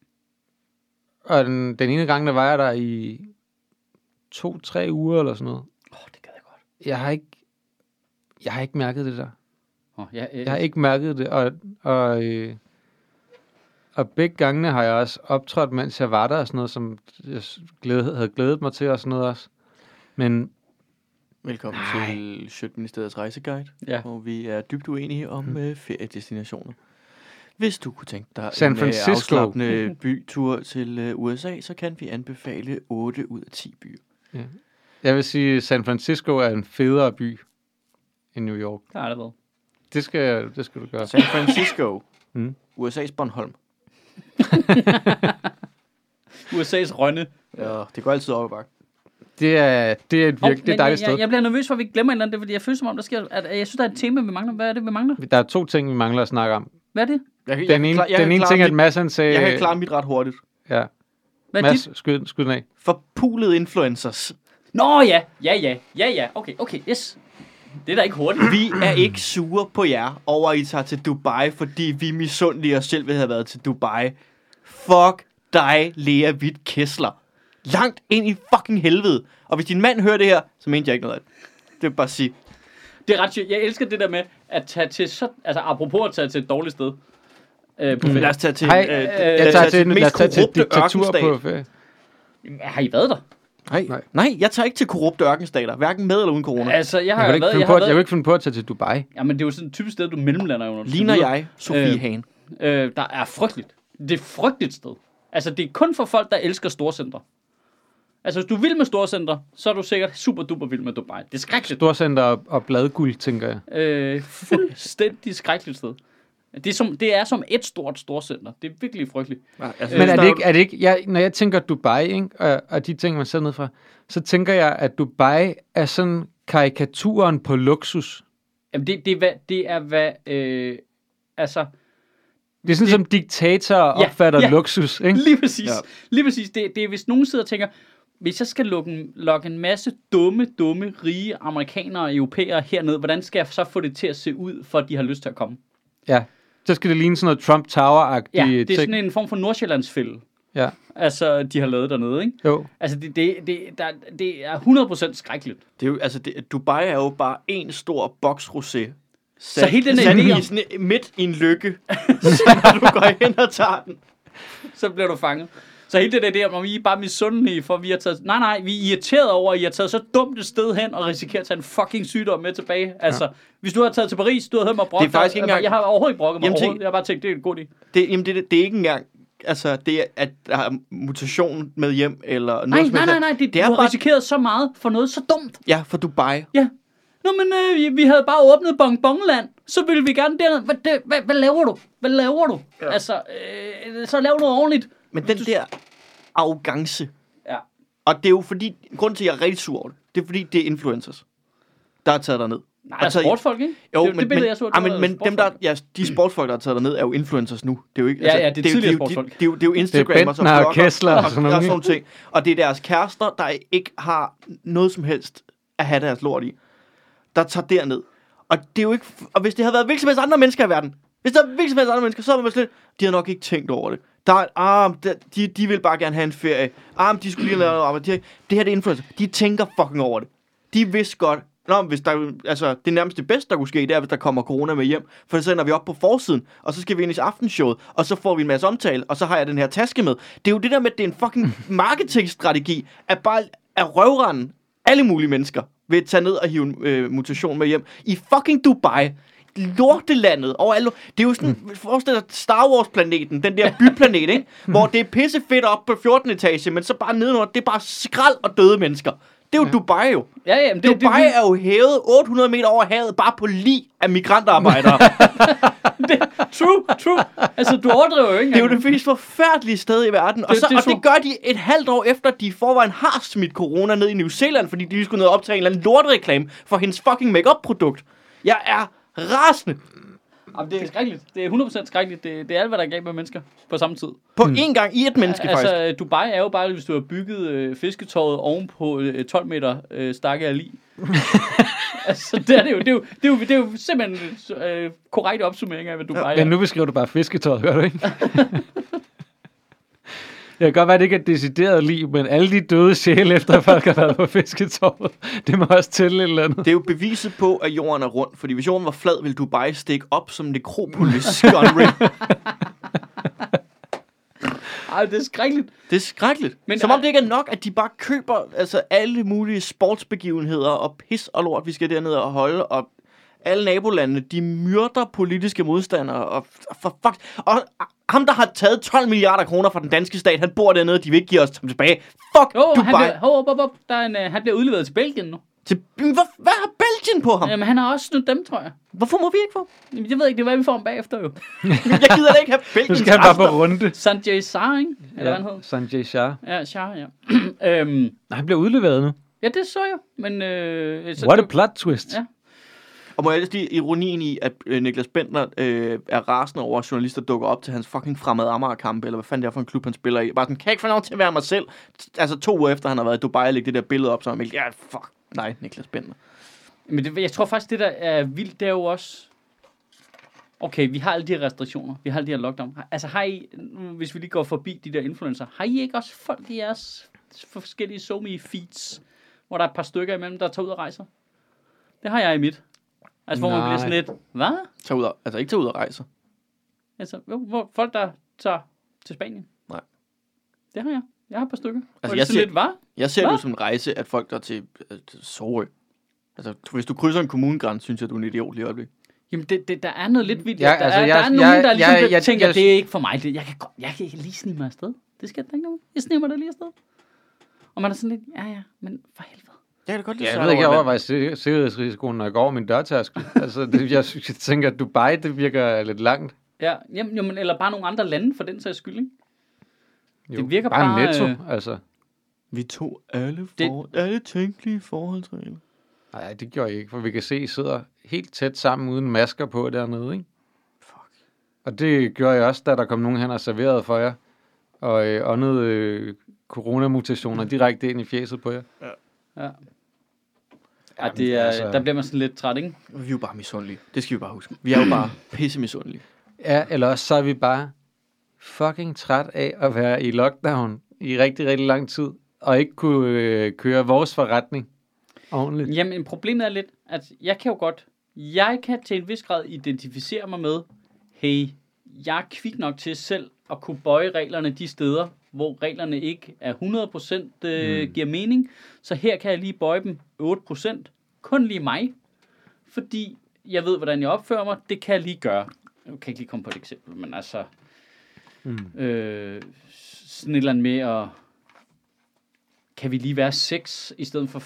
og den, den ene gang, der var jeg der i to-tre uger eller sådan noget. Åh, oh, det gad jeg godt. Jeg har ikke, jeg har ikke mærket det der. Oh, ja, øh, Jeg har ikke mærket det, og, og, øh, og begge gangene har jeg også optrådt, mens jeg var der, og sådan noget, som jeg glæde, havde glædet mig til, og sådan noget også. Men Velkommen Nej. til Sjøtministeriets rejseguide, Ja. hvor vi er dybt uenige om mm. øh, feriedestinationer. Hvis du kunne tænke dig San en øh, Francisco. afslappende bytur til øh, U S A, så kan vi anbefale otte ud af ti byer. ja. Jeg vil sige, San Francisco er en federe by end New York. der er det været. Det skal, det skal du gøre. San Francisco, Mm. U S A's Bornholm. U S A's Rønne. Ja, det går altid op ad bakke. Det er, det er et Oh, virkelig dejligt jeg, sted. jeg, jeg bliver nervøs for, at vi glemmer et eller andet. Det er, fordi jeg føler som om, der sker... At, at jeg synes, der er et tema, vi mangler. Hvad er det, vi mangler? Der er to ting, vi mangler at snakke om. Hvad er det? Jeg, kan- Den jeg, ene, kan klar- jeg den kan ene klare ting er, at mit, Mads han sagde... jeg kan klare mit ret hurtigt. Ja, Hvad er Mads, dit? skud, skud den af. Forpulede influencers. Nå ja, ja, ja, ja, ja. Okay, okay, yes. Det er da ikke hurtigt. Vi er ikke sure på jer over, at I tager til Dubai, fordi vi misundelige os selv vil have været til Dubai. Fuck dig, Lea Witt Kessler. Langt ind i fucking helvede. Og hvis din mand hører det her, så mente jeg ikke noget af det. Det vil jeg bare sige. Det er ret sjovt. Jeg elsker det der med at tage til så... Altså, apropos at tage til et dårligt sted. Øh, på Lad ferie. os tage til, Hej, øh, jeg lad os tager til, den lad os mest tage til korrupte diktatur ørkenstat. på ferie. Har I været der? Nej, Nej. nej, jeg tager ikke til korrupte ørkenstater, hverken med eller uden corona. Altså, jeg har Jeg jo kan, ikke været... finde Jeg på, har at, jeg været kan ikke finde på at tage til Dubai. Jamen, det er jo sådan et typisk sted, du mellemlander under. Ligner jeg Sofie Øh. Hagen? Øh, der er frygteligt. Det er et frygteligt sted. Altså, det er kun for folk, der elsker storcenter. Altså, hvis du vil med storcenter, så er du sikkert super duper vild med Dubai. Det er skrækkeligt. Storcenter og, og bladguld, tænker jeg. Øh, fuldstændig skrækkeligt sted. Det er, som, det er som et stort storcenter. Det er virkelig frygteligt. Nej, altså, Men er der det ikke, er det ikke jeg, når jeg tænker Dubai, ikke, og, og de ting, man ser ned fra, så tænker jeg, at Dubai er sådan karikaturen på luksus. Jamen, det, det, er, hvad, det er, hvad... Øh, altså, Det er sådan, Det- som diktatorer Ja, opfatter ja. luksus, ikke? lige præcis. Ja. Ja. Lige præcis. Det, det er, hvis nogen sidder og tænker, hvis jeg skal lukke en, lokke en masse dumme, dumme, rige amerikanere og europæere herned, hvordan skal jeg så få det til at se ud, for at de har lyst til at komme? Ja. Så skal det ligne sådan noget Trump Tower-agtigt Ja, det er ting. sådan en form for Nordsjællandsfælde. Ja. Altså, de har lavet dernede, ikke? Jo. Altså, det, det, det, der, det er hundrede procent skrækkeligt. Det er jo, altså, det, Dubai er jo bare en stor boksrosé. Så hele den her sat idé i om- sådan, midt i en lykke, så når du går hen og tager den. Så bliver du fanget. Så hele det der idé om, at vi er bare misundelige, for vi har taget... Nej, nej, vi er irriteret over, at I har taget så dumt et sted hen, og risikerer at tage en fucking sygdom med tilbage. Altså, hvis du har taget til Paris, du har hørt mig brokke Det er faktisk dig, ikke engang- Jeg har overhovedet ikke brokket mig Jamen, tænk- overhovedet. Jeg har bare tænkt, det er en god idé. Det, jamen, det, det er ikke engang, altså, det er, at der er mutation med hjem, eller noget Nej, som nej, helst. nej, nej. Det, Det er du har bare- risikeret så meget for noget så dumt. Ja, for Dubai. Ja. Nå, men øh, vi, vi havde bare åbnet Bonbonland, så ville vi gerne derned. Hvad, det, hvad, hvad laver du? Hvad laver du? Ja. Altså, øh, så lav noget ordentligt. Men den der arrogance, ja. Og det er jo fordi, grunden til, at jeg er rigtig sur over det, det er fordi, det er influencers, der har taget derned. Nej, der er sportsfolk, ikke? Jo, det, men, det billede, men, jeg så, ah, men, men dem der, ja, de sportsfolk, der har taget derned, er jo influencers nu. Det er jo ikke, ja, altså, ja, det er tidligere det, sportsfolk. Det, det, det, det er jo Instagram det er og så blogger, og Kessler og, og, sådan og, noget. og sådan ting. Og det er deres kærester, der ikke har noget som helst at have deres lort i, der tager derned. Og det er jo ikke, og hvis det havde været hvilke som helst andre mennesker i verden, hvis der var hvilke som helst andre mennesker, så havde man slet, de havde nok ikke tænkt over det. Der er, ah, de, de vil bare gerne have en ferie. Ah, de skulle lige lave noget arbejde. De, det her, det er influencer. De tænker fucking over det. De vidste godt, nå, hvis der, altså, det nærmest det bedste, der kunne ske, det er, hvis der kommer corona med hjem. For så ender vi op på forsiden, og så skal vi ind i aftenshowet, og så får vi en masse omtale, og så har jeg den her taske med. Det er jo det der med, at det er en fucking marketingstrategi, at bare at røvrende alle mulige mennesker vil tage ned og hive en øh, mutation med hjem. I fucking Dubai, lortelandet over alle. Det er jo sådan, mm. forestil dig Star Wars-planeten, den der byplanet, ikke? Hvor det er pisse fedt op på fjortende etage, men så bare nedenunder, det er bare skrald og døde mennesker. Det er jo ja. Dubai jo. Ja, ja, men det, Dubai det, det, er jo hævet otte hundrede meter over havet, bare på lig af migrantarbejdere. det, true, true. Altså, du overdriver jo ikke. Det er jo det mest forfærdelige sted i verden. Det, og, så, det, og det gør de et halvt år efter, at de i forvejen har smidt corona ned i New Zealand, fordi de skulle ned og optage en eller anden lortreklame for hendes fucking make-up-produkt. Jeg er rasende. Jamen, det er skrækkeligt. Det er hundrede procent skrækkeligt. Det, det er alt, hvad der er galt med mennesker på samme tid. På hmm. én gang i et menneske, ja, faktisk. Altså, Dubai er jo bare, hvis du har bygget øh, fisketåret oven på øh, tolv meter øh, stakke af lig. altså, det er, det, jo, det, er jo, det, er jo, det er jo simpelthen en øh, korrekt opsummering af, hvad Dubai ja. er. Men nu beskriver du bare fisketåret, gør du ikke? Det kan godt være, at det ikke er decideret liv, men alle de døde sjæle, efter at folk har været på fisketåret, det må også tælle et eller andet. Det er jo beviset på, at jorden er rund, fordi hvis jorden var flad, ville Dubai stikke op som nekropolis. Ej, det er skrækkeligt. Det er skrækkeligt. Men som om det ikke er nok, at de bare køber altså, alle mulige sportsbegivenheder og pis og lort, vi skal derned og holde, og alle nabolandene, de myrder politiske modstandere, og for fuck. Og ham, der har taget tolv milliarder kroner fra den danske stat, han bor dernede, de vil ikke give os dem tilbage. Fuck oh, Dubai. Han bliver, hop, hop, hop. Der er en, uh, han bliver udleveret til Belgien nu. Til, hvad, hvad har Belgien på ham? Jamen, han har også snydt dem, tror jeg. Hvorfor må vi ikke få? Jamen, jeg ved ikke, det er, hvad vi får ham bagefter, jo. Jeg gider da ikke have Belgiens Nu skal han bare på runde. Sanjay Shah, ikke? Eller ja, hvad han hed? Sanjay Shah. Ja, Shah, ja. øhm, Nej, han bliver udleveret nu. Ja, det så jeg. Men, øh, så What det, a plot twist. Ja. Og må jeg lige sige ironien i, at øh, Niklas Bentner øh, er rasende over, at journalister dukker op til hans fucking fremad Amager-kampe, eller hvad fanden det er for en klub, han spiller i. Bare sådan, kan jeg ikke få lov til at være mig selv? Altså to uger efter, han har været i Dubai og lægge det der billede op, så han ja, fuck, nej, Niklas Bentner. Men det, jeg tror faktisk, det der er vildt, det er jo også... Okay, vi har alle de her restriktioner, vi har alle de her lockdown. Altså har I, hvis vi lige går forbi de der influencer, har I ikke også folk i jeres forskellige SoMe feeds, hvor der er et par stykker imellem, der tager ud og rejser? Det har jeg i mit. Altså, hvor Nej. man bliver sådan lidt, hvad? Tag ud og, altså, ikke tage ud og rejse. Altså, hvor folk, der tager til Spanien. Nej. Det har jeg. Jeg har et par stykker. Altså, jeg ser, ser, lidt, hvad? Jeg ser det jo som en rejse, at folk der til, øh, til Sorø. Altså, hvis du krydser en kommunegrænse, synes jeg, du er en idiot lige i øjeblikket. Jamen, det, det, der er noget lidt vildt. Ja, der, altså, er, jeg, der er nogen, jeg, der ligesom jeg, jeg, tænker, jeg, det er ikke for mig. Det, jeg, kan, jeg kan lige snige mig afsted. Det skal jeg da ikke noget. Jeg sniger mig da lige afsted. Og man er sådan lidt, ja ja, men for helvede. Jeg kan godt lide ja, jeg ved ikke, jeg overvejer sikkerhedsrisikoen, når jeg går over min dørtærskel. altså, det, jeg, jeg tænker, at Dubai, det virker lidt langt. Ja, jamen, jamen, eller bare nogle andre lande, for den sags skyld, ikke? Jo, det virker bare... bare... netto, øh, altså. Vi tog alle, for, det... alle tænkelige forholdsregler. Nej, det gjorde jeg ikke, for vi kan se, at I sidder helt tæt sammen uden masker på dernede, ikke? Fuck. Og det gjorde jeg også, da der kom nogen hen og serverede for jer, og øh, åndede øh, coronamutationer direkte ind i fjeset på jer. Ja. Ja. Ja, det er, altså... der bliver man sådan lidt træt, ikke? Vi er jo bare misundelige. Det skal vi bare huske. Vi er jo bare pisse misundelige. Ja, eller også så er vi bare fucking træt af at være i lockdown i rigtig, rigtig lang tid, og ikke kunne øh, køre vores forretning ordentligt. Jamen, problemet er lidt, at jeg kan jo godt, jeg kan til en vis grad identificere mig med, hey, jeg er kvik nok til selv at kunne bøje reglerne de steder, hvor reglerne ikke er hundrede procent øh, mm. giver mening. Så her kan jeg lige bøje dem otte procent. Kun lige mig. Fordi jeg ved, hvordan jeg opfører mig. Det kan jeg lige gøre. Jeg kan ikke lige komme på et eksempel, men altså... Mm. Øh, sådan et eller andet med at... Kan vi lige være seks i stedet for fem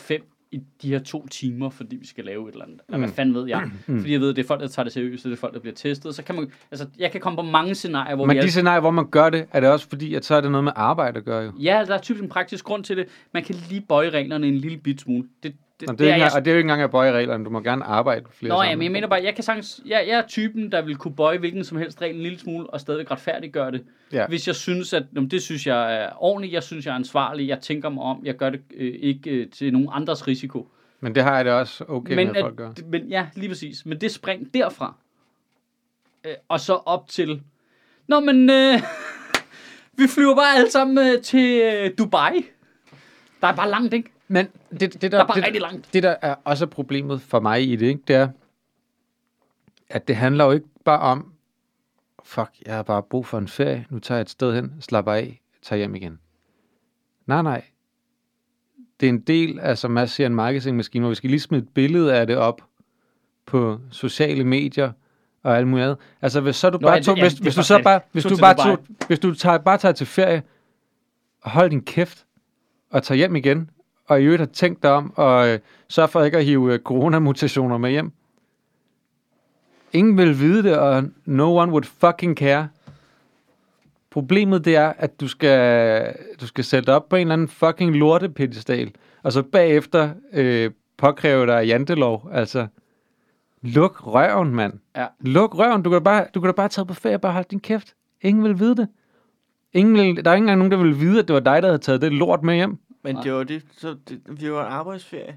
i de her to timer, fordi vi skal lave et eller andet. Eller Mm. hvad fanden ved jeg? Mm. Fordi jeg ved, at det er folk, der tager det seriøst, og det er folk, der bliver testet. Så kan man, altså, jeg kan komme på mange scenarier, hvor Men vi de er... scenarier, hvor man gør det, er det også fordi, at så er det noget med arbejde at gøre jo. Ja, der er typisk en praktisk grund til det. Man kan lige bøje reglerne en lille bit smule. Det, det, Og det, det er er ikke, jeg... engang- og det er jo ikke engang at bøje reglerne. Du må gerne arbejde flere Nå ja, sammen. men jeg mener bare, jeg kan sagtens, jeg, jeg er typen, der vil kunne bøje hvilken som helst regel en lille smule, og stadig retfærdiggøre det. Ja. Hvis jeg synes, at jamen, det synes jeg er ordentligt, jeg synes, jeg er ansvarlig, jeg tænker mig om, jeg gør det øh, ikke øh, til nogen andres risiko. Men det har jeg det også okay men, med, at folk gør. at, men ja, lige præcis. Men det spring derfra, øh, og så op til, nå men, øh, vi flyver bare alle sammen øh, til øh, Dubai. Der er bare langt, ikke? Men det, det, der, Der er bare det, rigtig langt. det, der er også problemet for mig i det, ikke, det er, at det handler jo ikke bare om, fuck, jeg har bare brug for en ferie, nu tager jeg et sted hen, slapper af, tager hjem igen. Nej, nej. Det er en del af, som Mads siger, en marketingmaskine, hvor vi skal lige smide et billede af det op på sociale medier og alt muligt andet. Altså, hvis så du Nå, bare ja, det- tog, ja, hvis, det er hvis du faktisk så rigtigt. bare, hvis Tog du til bare Dubai. tog, hvis du tager, bare tager til ferie, og hold din kæft, og tager hjem igen, og i øvrigt har tænkt dig om, og øh, sørg for ikke at hive øh, coronamutationer med hjem. Ingen vil vide det, og no one would fucking care. Problemet det er, at du skal, du skal sætte op på en eller anden fucking lortepedestal, og så bagefter øh, påkræve dig jantelov. Altså, luk røven, mand. Ja. Luk røven. Du kan da bare, du kan da bare tage på ferie og bare holde din kæft. Ingen vil vide det. Ingen vil, der er ikke engang nogen, der vil vide, at det var dig, der havde taget det lort med hjem. Men Nej. det var det, så det, vi var en arbejdsferie.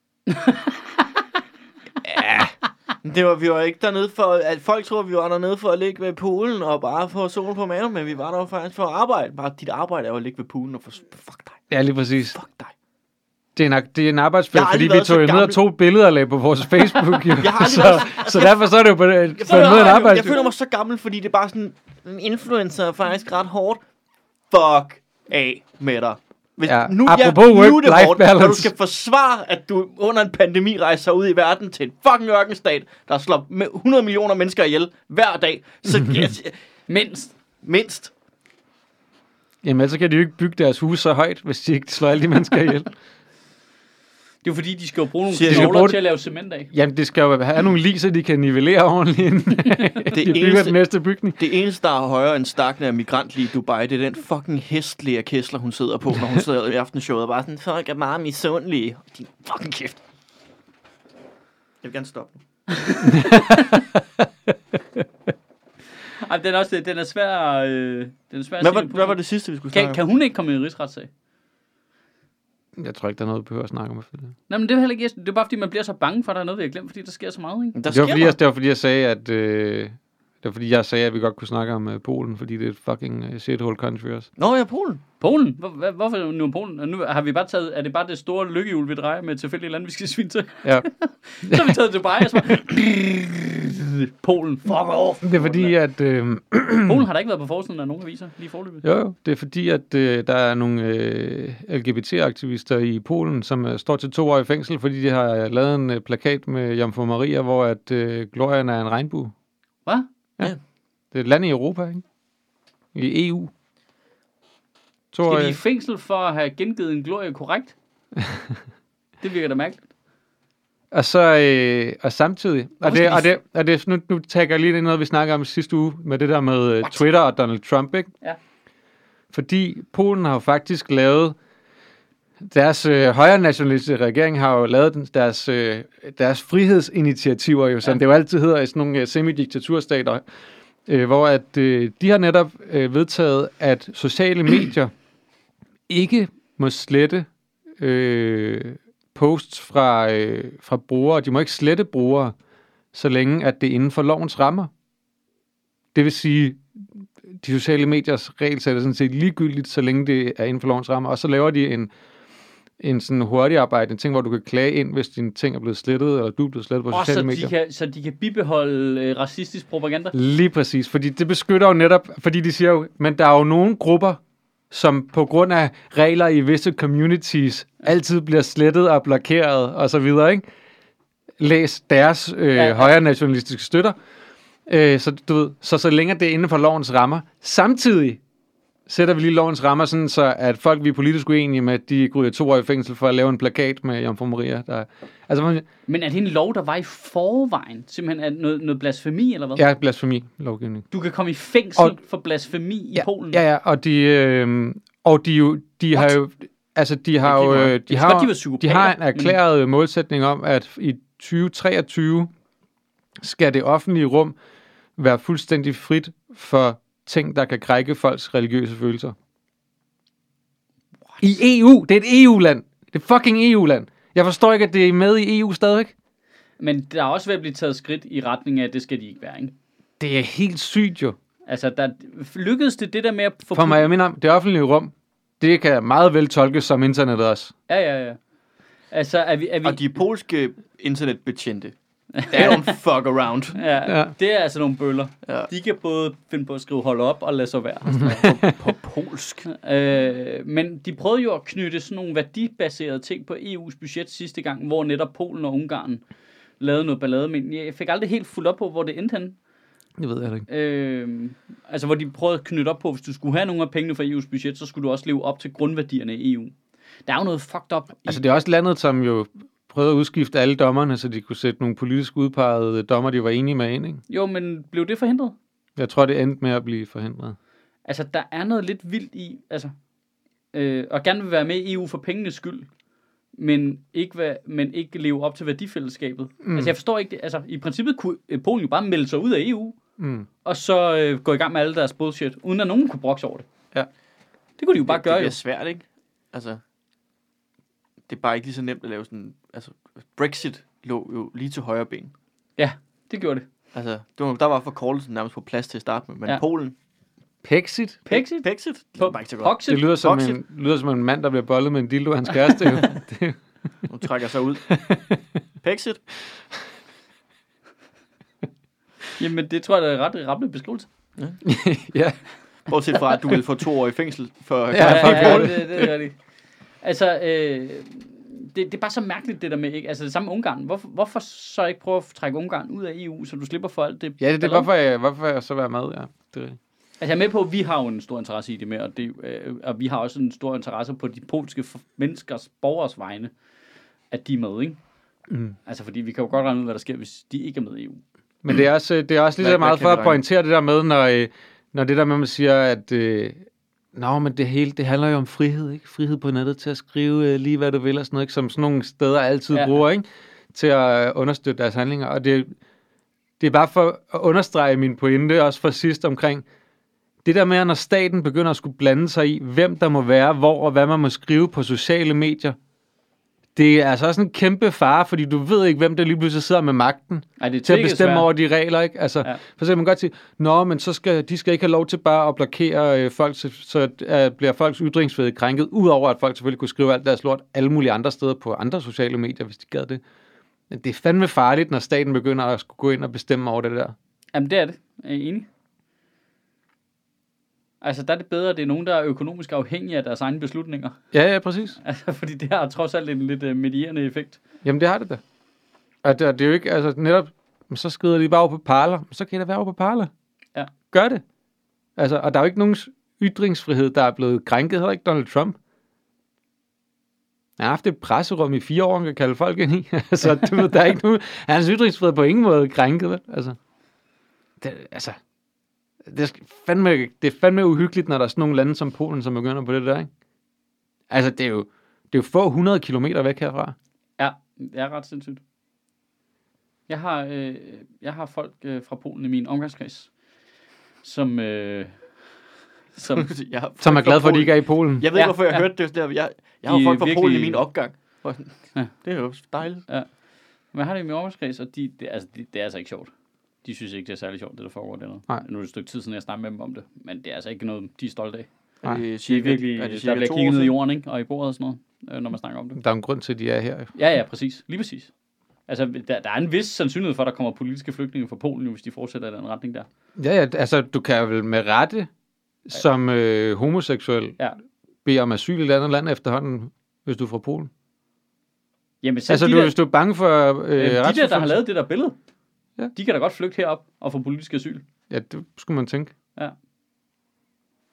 Ja. Det var, vi var ikke dernede for, at folk tror, vi var dernede for at ligge ved poolen og bare få solen på maven, men vi var der jo faktisk for at arbejde. Bare dit arbejde er jo at ligge ved poolen og få, fuck dig, Ja, lige præcis. fuck dig. Det er en, ak- det er en arbejdsferie, Jeg har fordi aldrig vi været så tog jo ned og gammel. tog billeder og lagde på vores Facebook. Jo. Jeg har aldrig så, været så derfor så er det jo på, på en Jeg måde en føler, jeg, arbejdsferie. jeg føler mig så gammel, fordi det er bare sådan, en influencer er faktisk ret hårdt. Fuck af med dig. Hvis, Ja, nu, apropos ja, nu er det work-life hårdt, når du balance. skal forsvare, at du under en pandemi rejser ud i verden til en fucking ørkenstat, der slår med hundrede millioner mennesker ihjel hver dag. Så yes, Mindst. mindst. Jamen, ellers så kan de jo ikke bygge deres hus så højt, hvis de ikke slår alle de mennesker ihjel. Det er jo fordi, de skal jo bruge nogle Siger de, skal knogler bruge til at lave cement af. Jamen, det skal jo have nogle lig, så de kan nivellere ordentligt, inden de bygger eneste- den næste bygning. Det eneste, der er højere end stakken af migrantlige i Dubai, det er den fucking hæstlige kæsler, hun sidder på, når hun sidder i aftenshowet og bare sådan, folk er meget misundelige. Din fucking kæft. Jeg vil gerne stoppe nu. Ej, den er også den er svær, øh, den er svær at Hvad se var, det på. hvad var det sidste, vi skulle snakke Kan, om? kan hun ikke komme i en rigsretssag? Jeg tror ikke, der er noget, vi behøver at snakke om. Det, Nej, men det er heller ikke, det er bare fordi, man bliver så bange for, at der er noget, vi har glemt, fordi der sker så meget, ikke? Der det, var, sker fordi, noget. jeg, det var fordi, jeg sagde, at... Øh, det var fordi, jeg sagde, at vi godt kunne snakke om uh, Polen, fordi det er et fucking uh, shithole country også. Nå, ja, Polen. Polen? Hvor, hvad, hvorfor nu Polen? Og nu har vi bare taget, er det bare det store lykkehjul, vi drejer med tilfældige lande, vi skal svine til? Ja. Så har vi taget Dubai, og så bare... Polen, fuck off! Det er fordi, at... Øh, Polen har da ikke været på forsiden af nogen aviser, lige forløbet. Jo, jo. Det er fordi, at øh, der er nogle øh, L G B T-aktivister i Polen, som øh, står til to år i fængsel, fordi de har lavet en øh, plakat med Jomfru Maria, hvor at øh, glorien er en regnbue. Hvad? Det er et land i Europa, ikke? I E U. To år, Skal de i øh, fængsel for at have gengivet en glorie korrekt? Det virker da mærkeligt. og så øh, og samtidig, og Hvorfor det, skal og de- det, og det, nu, nu tager jeg lige ind i noget, vi snakker om sidste uge, med det der med øh, Twitter og Donald Trump, ikke? Ja. Fordi Polen har jo faktisk lavet, deres øh, højre nationalistiske regering har jo lavet den, deres, øh, deres frihedsinitiativer, jo, som Ja. det jo altid hedder i sådan nogle øh, semidiktaturstater, øh, hvor at øh, de har netop øh, vedtaget, at sociale medier ikke må slette øh, posts fra, øh, fra brugere. De må ikke slette brugere, så længe at det er inden for lovens rammer. Det vil sige, de sociale mediers regelsæt er sådan set ligegyldigt, så længe det er inden for lovens rammer. Og så laver de en, en sådan hurtig arbejde, en ting, hvor du kan klage ind, hvis dine ting er blevet slettet, eller du er blevet slettet på Og sociale så medier. de, kan, så de kan bibeholde øh, racistisk propaganda. Lige præcis, fordi det beskytter jo netop, fordi de siger jo, men der er jo nogle grupper, som på grund af regler i visse communities, altid bliver slettet og blokeret og så videre, ikke? Læs deres øh, Ja, ja. højre nationalistiske støtter. Øh, så du ved, så så længe det er inden for lovens rammer. Samtidig, sætter vi lige lovens rammer, sådan så at folk, vi er politisk uenige med, de går i to år i fængsel for at lave en plakat med Jomfru Maria. Der, altså, man, Men er det en lov, der var i forvejen? Simpelthen er noget, noget blasfemi, eller hvad? ja, blasfemi-lovgivning. Du kan komme i fængsel Og- for blasfemi i Ja, Polen? ja, ja, og de, øh, og de, jo, de har jo, altså de har Det jo, er øh, lige de Jeg har, tror, de var de psykopater, har en men- erklæret målsætning om, at i tyve treogtyve skal det offentlige rum være fuldstændig frit for ting, der kan krænke folks religiøse følelser. What? I E U! Det er et E U-land! Det er fucking E U-land! Jeg forstår ikke, at det er med i E U stadigvæk. Men der er også ved at blive taget skridt i retning af, at det skal de ikke være, ikke? Det er helt sygt jo. Altså, der lykkedes det det der med at få... For mig, jeg mener, det offentlige rum, det kan meget vel tolkes som internettet også. Ja, ja, ja. Altså, er vi... Er vi... Og de polske internetbetjente, they don't fuck around. Ja, Ja. det er altså nogle bøller. Ja. De kan både finde på at skrive hold op og lade sig være. På polsk. øh, men de prøvede jo at knytte sådan nogle værdibaserede ting på E U's budget sidste gang, hvor netop Polen og Ungarn lavede noget ballade. Men jeg fik aldrig helt fuldt op på, hvor det endte henne. Det ved jeg ikke. Øh, altså, hvor de prøvede at knytte op på, hvis du skulle have nogle af pengene fra E U's budget, så skulle du også leve op til grundværdierne i E U. Der er jo noget fucked up i... Altså, det er også landet, som jo prøvede at udskifte alle dommerne, så de kunne sætte nogle politisk udpegede dommer, de var enige med ind, ikke? Jo, men blev det forhindret? Jeg tror, det endte med at blive forhindret. Altså, der er noget lidt vildt i, altså, øh, og gerne vil være med i E U for pengenes skyld, men ikke, være, men ikke leve op til værdifællesskabet. Mm. Altså, jeg forstår ikke det. Altså, i princippet kunne øh, Polen jo bare melde sig ud af E U, Mm. og så øh, gå i gang med alle deres bullshit, uden at nogen kunne brokse over det. Ja. Det kunne de jo bare det, gøre, det jo. bliver svært, ikke? Altså, det er bare ikke lige så nemt at lave sådan... Altså, Brexit lå jo lige til højre ben. Ja, det gjorde det. Altså, det var, der var forkortelsen nærmest på plads til at starte med. Men Ja. ja. Polen... Pexit? Pexit? Brexit? Det På var bare ikke så godt. Poxit? Det lyder som, Brexit. en, lyder som en mand, der bliver bollet med en dildo af hans kæreste. jo. Det, Nu trækker sig ud. Brexit? Jamen, det tror jeg, der er ret rammende beskrivelse. ja. Bortset fra, at du vil få to år i fængsel for... Ja, Ja, fuck ja, ja, det, det er rigtigt. Altså, øh, det, det er bare så mærkeligt, det der med, ikke? Altså, det samme med Ungarn. Hvorfor, hvorfor så ikke prøve at trække Ungarn ud af E U, så du slipper for alt det? Ja, det er ballade? hvorfor jeg, hvorfor jeg så være med, ja. Det er rigtigt. Altså, jeg er med på, at vi har jo en stor interesse i det med, og, det, øh, og vi har også en stor interesse på de polske f- menneskers, borgers vegne, at de er med, ikke? Mm. Altså, fordi vi kan jo godt regne ud, hvad der sker, hvis de ikke er med i E U. Men det er også, det er også lige Hvad- så hvad meget kan for vi at regne? pointere det der med, når, øh, når det der med, man siger, at øh, nå, men det hele, det handler jo om frihed, ikke? Frihed på nettet til at skrive øh, lige, hvad du vil og sådan noget, ikke? Som sådan nogle steder altid Ja. ja. bruger, ikke? Til at øh, understøtte deres handlinger. Og det, det er bare for at understrege min pointe, også for sidst omkring, det der med, når staten begynder at skulle blande sig i, hvem der må være, hvor og hvad man må skrive på sociale medier, det er altså også en kæmpe fare, fordi du ved ikke, hvem der lige pludselig sidder med magten Ej, det er til at tvækket bestemme svært. over de regler, ikke? Altså, Ja. ja. for så kan man godt sige, nå, men så skal, de skal ikke have lov til bare at blokere øh, folk, så, så øh, bliver folks ytringsfrihed krænket, udover at folk selvfølgelig kunne skrive alt deres lort alle mulige andre steder på andre sociale medier, hvis de gad det. Men det er fandme farligt, når staten begynder at skulle gå ind og bestemme over det der. Jamen, det er det. Jeg er enig. Altså, der er det bedre, at det er nogen, der er økonomisk afhængige af deres egne beslutninger. Ja, ja, præcis. Altså, fordi det har trods alt en lidt uh, medierende effekt. Jamen, det har det da. Og det, det er jo ikke, altså netop, men så skrider de bare over på Parler. Så kan I da være over på Parler. Ja. Gør det. Altså, og der er jo ikke nogen ytringsfrihed, der er blevet krænket, heller ikke Donald Trump. Han har haft et presserum i fire år, han kan kalde folk ind i. altså, du ved, der er ikke nogen, hans ytringsfrihed på ingen måde krænket, vel? Altså, det, altså, det er, fandme, det er fandme uhyggeligt, når der er sådan nogle lande som Polen, som begynder på det der, ikke? Altså, det er jo, det er jo få hundrede kilometer væk herfra. Ja, det er ret sindssygt. Jeg har, øh, jeg har folk øh, fra Polen i min omgangskreds, som, øh, som Jeg har Som er folk glad fra for, at de Polen. ikke er i Polen. Jeg ved Ja, ikke, hvorfor jeg ja. hørte det. Der. Jeg, jeg har De jo folk fra virkelig- Polen i min opgang. Ja. Det er jo dejligt. Men jeg har det i min omgangskreds, og de, det, altså, de, det er altså ikke sjovt. De synes ikke, det er særlig sjovt, det der foregår dernede. Nej. Nu er det et stykke tid siden, jeg snakkede med dem om det, men det er altså ikke noget, de er stolte af. Nej. Er det Det er cirka, virkelig, er det der cirka bliver to kigget år ned i siden? jorden, ikke? Og i bordet og sådan noget, øh, når man snakker om det. Der er en grund til, at de er her. Ja, ja, præcis. Lige præcis. Altså, der, der er en vis sandsynlighed for, at der kommer politiske flygtninge fra Polen, jo, hvis de fortsætter i den retning der. Ja, ja, altså, du kan vel med rette som øh, homoseksuel Ja. bede om asyl i et andet land efterhånden, hvis du er fra Polen. Jamen, selv Altså, de, du, der, hvis du er bange for øh, øh, de der, der har retsforfølgelse- lavet det der billede, Ja. de kan da godt flygte herop og få politisk asyl. Ja, det skulle man tænke. Ja.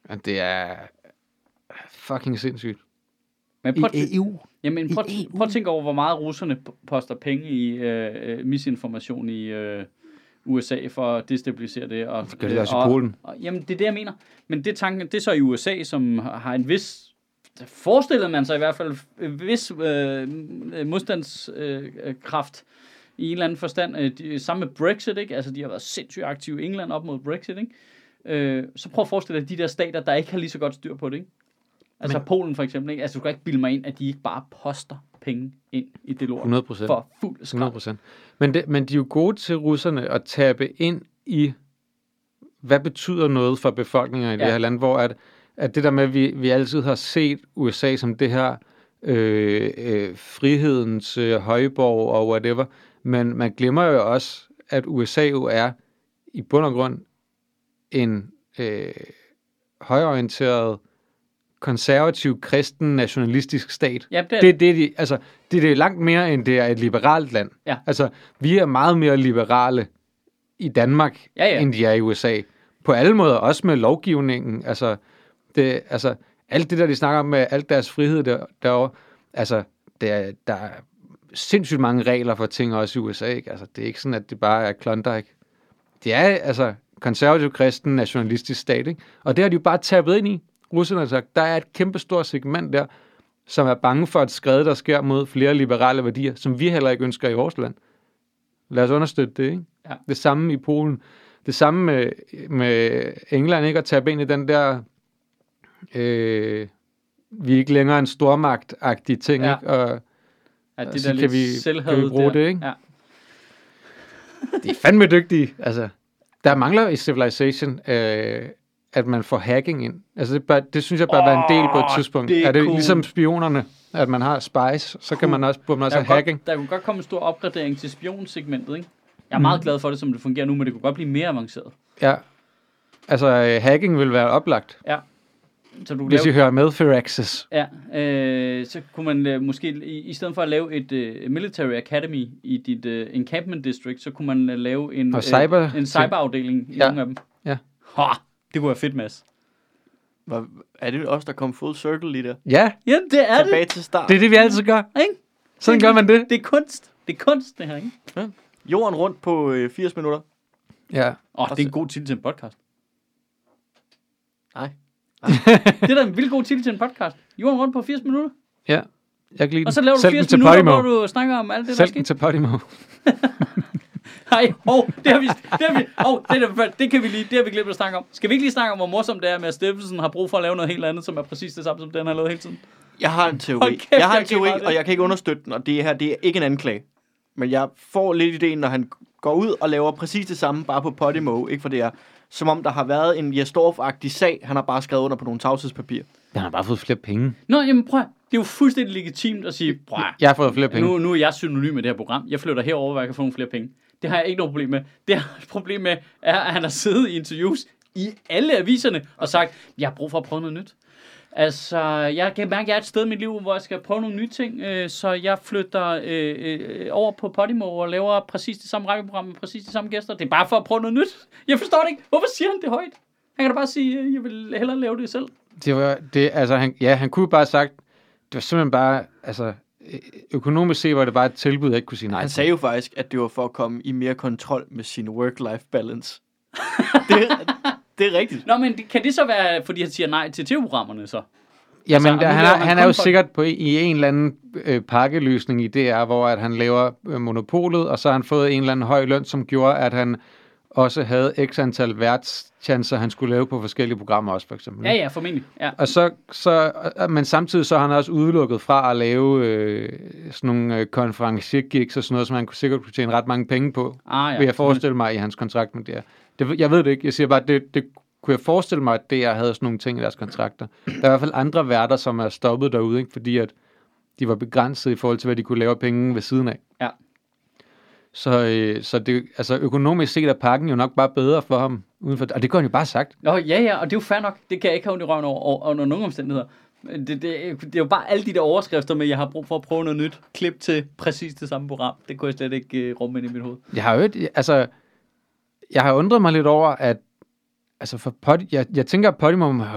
Ja, det er fucking sindssygt. Men prøv, I E U. jamen, prøv, I E U. prøv at tænke over, hvor meget russerne p- poster penge i øh, misinformation i øh, U S A for at destabilisere det. Og, Det gør det også og, i Polen. Og, jamen, det er det, jeg mener. Men det, tanken, det er så i U S A, som har en vis... Forestillede man sig i hvert fald en vis øh, modstandskraft øh, i en eller anden forstand. Øh, de, sammen med Brexit, ikke? Altså, de har været sindssygt aktive i England op mod Brexit, ikke? Øh, så prøv at forestille dig de der stater, der ikke har lige så godt styr på det, ikke? Altså Men, Polen for eksempel, ikke? Altså du kan ikke bilde mig ind, at de ikke bare poster penge ind i det lort. hundrede procent. For fuld hundrede skrald. procent. Men, det, men de er jo gode til russerne at tabe ind i, hvad betyder noget for befolkninger i det Ja. her land, hvor at, at det der med, at vi, vi altid har set U S A som det her øh, øh, frihedens øh, højborg og whatever, men man glemmer jo også, at U S A jo er i bund og grund en øh, højorienteret, konservativ, kristen, nationalistisk stat. Ja, det er, Det, det, er de, altså, det, det er langt mere, end det er et liberalt land. Ja. Altså, vi er meget mere liberale i Danmark, Ja, ja. end de er i U S A. På alle måder, også med lovgivningen. Altså, det, altså alt det der, de snakker om med alt deres frihed der, derovre, altså, det er, der er sindssygt mange regler for ting også i U S A. Ikke? Altså, det er ikke sådan, at det bare er Klondike. Det er altså konservativ, kristen, nationalistisk stat, ikke? Og det har de jo bare tabet ind i. Russerne har sagt, der er et kæmpe stort segment der, som er bange for et skred, der sker mod flere liberale værdier, som vi heller ikke ønsker i vores land. Lad os understøtte det, ikke? Ja. Det samme i Polen. Det samme med, med England, ikke? At tabe ind i den der, øh, vi er ikke længere en stormagt-agtig ting, Ja. ikke? Og ja, det så der kan lidt vi- selvhavet kan vi bruge der. det, ikke? Ja. de er fandme dygtige. Altså, der mangler i Civilization, øh, at man får hacking ind. Altså, det, bør, det synes jeg bør oh, være en del på et tidspunkt. det er Er det cool. ligesom spionerne, at man har spies, så Cool. kan man også, burde man også Der, have kunne hacking. godt, der kunne godt komme en stor opgradering til spionsegmentet, ikke? Jeg er meget Mm. glad for det, som det fungerer nu, men det kunne godt blive mere avanceret. Ja. Altså, øh, hacking vil være oplagt, Ja. Så du hvis I laver, hører med Firaxis. ja, øh, så kunne man øh, måske, i, i stedet for at lave et øh, military academy i dit øh, encampment district, så kunne man øh, lave en, Og cyber- øh, en cyberafdeling i Ja. nogle af dem. Ja. Ha, det kunne være fedt, Mads. Hvor, er det os, der kom full circle lige der? Ja, Ja, det er Tilbage til start. det er det, vi altid gør. Ikke? Sådan gør man det. Det er kunst. Det er kunst, det her, ikke? Jorden rundt på øh, firs minutter. Ja. Åh, oh, det er en god titel til en podcast. Nej. Det er da en vildt god titel til en podcast. Jorden rundt på firs minutter. Ja. Jeg kan lide Og så den. laver du Sælg den firs til minutter, Podimo. hvor du snakker om alt det, der Sælg skete. den til Podimo. Nej, oh, det har vi, det har vi, oh, det, er, det kan vi lige, det har vi glemt at snakke om. Skal vi ikke lige snakke om, hvor morsomt det er med, at Steffensen har brug for at lave noget helt andet, som er præcis det samme, som den har lavet hele tiden? Jeg har en teori. Hold kæft, jeg har jeg en kan teori, meget det. og jeg kan ikke understøtte den, og det her, det er ikke en anklage. Men jeg får lidt ideen, når han går ud og laver præcis det samme, bare på Podimo, ikke for det er, som om der har været en Jesdorf-agtig sag, han har bare skrevet under på nogle tavshedspapir. Jeg har bare fået flere penge. Nå, jamen prøv, det er jo fuldstændig legitimt at sige, prøv, Jeg har fået flere penge. nu, nu er jeg synonym med det her program. Jeg flytter herover, hvor jeg kan få nogle flere penge. Det har jeg ikke noget problem med. Det jeg har et problem med, er, at han har siddet i interviews i alle aviserne og sagt, jeg har brug for at prøve noget nyt. Altså, jeg kan mærke, at jeg er et sted i mit liv, hvor jeg skal prøve nogle nye ting, øh, så jeg flytter øh, øh, over på Podimo og laver præcis det samme radioprogram med præcis de samme gæster. Det er bare for at prøve noget nyt. Jeg forstår det ikke. Hvorfor siger han det højt? Han kan da bare sige, øh, jeg vil hellere lave det selv. Det var, det, altså, han, ja, han kunne jo bare have sagt, det var simpelthen bare, altså, økonomisk set var det bare et tilbud, jeg ikke kunne sige nej Han til. sagde jo faktisk, at det var for at komme i mere kontrol med sin work-life balance. det, det er rigtigt. Nå, men det, kan det så være, fordi han siger nej til T V-programmerne så? Jamen, Så, og nu han, laver er, han han er kun jo for- sikkert på, i en eller anden øh, pakkeløsning i D R, hvor at han laver øh, monopolet, og så har han fået en eller anden høj løn, som gjorde, at han også havde x antal værtschancer, han skulle lave på forskellige programmer også, for eksempel. Ja, ja, formentlig. Ja. Og så, så, men samtidig så har han også udelukket fra at lave øh, sådan nogle øh, konferencier-gigs og sådan noget, som han kunne sikkert kunne tjene ret mange penge på, Ah, ja. vil jeg forestille mig i hans kontrakt med D R. Det, jeg ved det ikke, jeg siger bare, det, det kunne jeg forestille mig, at D R havde sådan nogle ting i deres kontrakter. Der er i hvert fald andre værter, som er stoppet derude, ikke? Fordi at de var begrænset i forhold til, hvad de kunne lave af penge ved siden af. Ja. Så, øh, så det, altså økonomisk set er pakken jo nok bare bedre for ham, udenfor, og det kunne han jo bare sagt. Nå, ja, ja, og det er jo fair nok. Det kan jeg ikke have ondt i røven over, og under nogen omstændigheder. Det, det, det er jo bare alle de der overskrifter med, at jeg har brug for at prøve noget nyt. Klip til præcis det samme program. Det kunne jeg slet ikke uh, rumme ind i mit hoved. Jeg har jo et, altså, jeg har undret mig lidt over, at altså for Pod, jeg, jeg tænker, at Podimo må have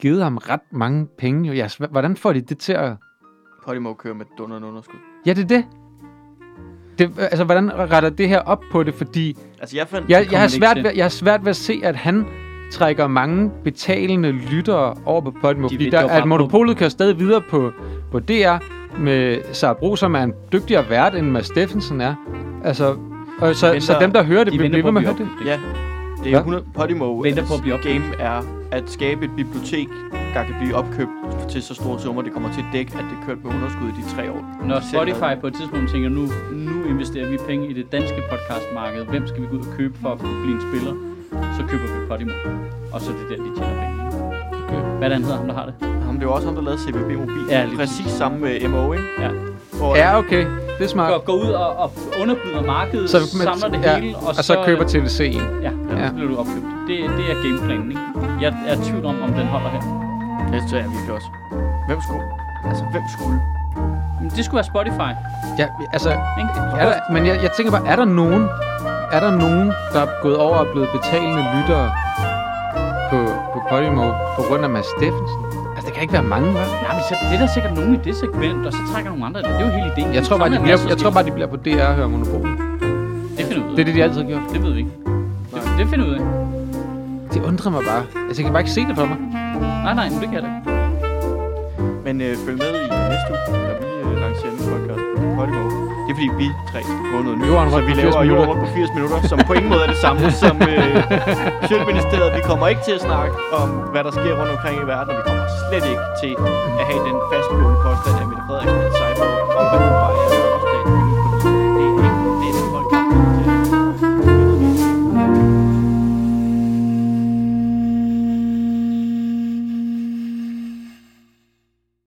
givet ham ret mange penge. Jo. Jeg, svæ- hvordan får de det til at... Podimo kører med dunderende underskud. Ja, det er det. det. Altså, hvordan retter det her op på det? Fordi Altså, jeg fandt... jeg, jeg, har det svært ikke ved, jeg har svært ved at se, at han trækker mange betalende lyttere over på Podimo. De Fordi vil der, dog at bare monopolet kører stadig videre på, på D R med Sara Bro, som er en dygtigere vært, end Mads Steffensen er. Altså, og så, venter- så dem, der hører det, de vil venter blive på ved at med at blive høre det. Ja, det er Hvad? hundrede Podimo. Venter på at blive opkøbt. game er at skabe et bibliotek, der kan blive opkøbt til så store summer, det kommer til at dække, at det kørt på underskud i de tre år. Når Selv Spotify havde- på et tidspunkt tænker, nu, nu investerer vi penge i det danske podcastmarked, hvem skal vi gå ud og købe for at kunne blive en spiller, så køber vi Podimo. Og så er det der, de tjener penge. Okay. Hvad er det, han hedder, ham der har det? Ham, det er jo også ham, der lavede C B B Mobil. Ja, lige præcis samme med M O, ikke? Ja. Hvor, Ja, okay. Det er smart. Går, går ud og, og underbyder markedet, Så, så, samler det ja, hele, og, og så køber T V C en. Ja, ja, Ja. så bliver du opkøbt. Det, det er gameplanen, ikke? Jeg er i tvivl om, om den holder her. Det tror jeg virkelig også. Hvem skulle? Altså, hvem skulle? Men det skulle være Spotify, Ja, altså, ikke? er der, men jeg, jeg tænker bare, er der nogen, er der nogen, der er gået over og blevet betalende lyttere på, på Podimo på grund af Mads Steffensen? Altså, det kan ikke være mange, hva'? Nej, men så, det er der sikkert nogen i det segment, og så trækker nogle andre. Det er jo hele ideen. Jeg tror bare, de Sådan er bliver, masser jeg af tror skift. bare, de bliver på D R og hører Monopolet. Det finder vi ud af. Det er det, de altid har gjort. Det ved vi ikke. Det, det finder vi ud af. Det undrer mig bare. Altså, jeg kan bare ikke se det for mig. Nej, nej, det kan jeg da ikke. Men øh, følg med i næste uge, da vi øh, lancerer en ny podcast på Podimo. Det er fordi, vi tre skal prøve noget nyt. Jorden Så rundt vi på laver firs jorden minutter. rundt på firs minutter, som på ingen måde er det samme som øh, Sjælministeriet. Vi kommer ikke til at snakke om, hvad der sker rundt omkring i verden, og vi kommer slet ikke til at have den fastslående påstand af Mette Frederiksen, at cyber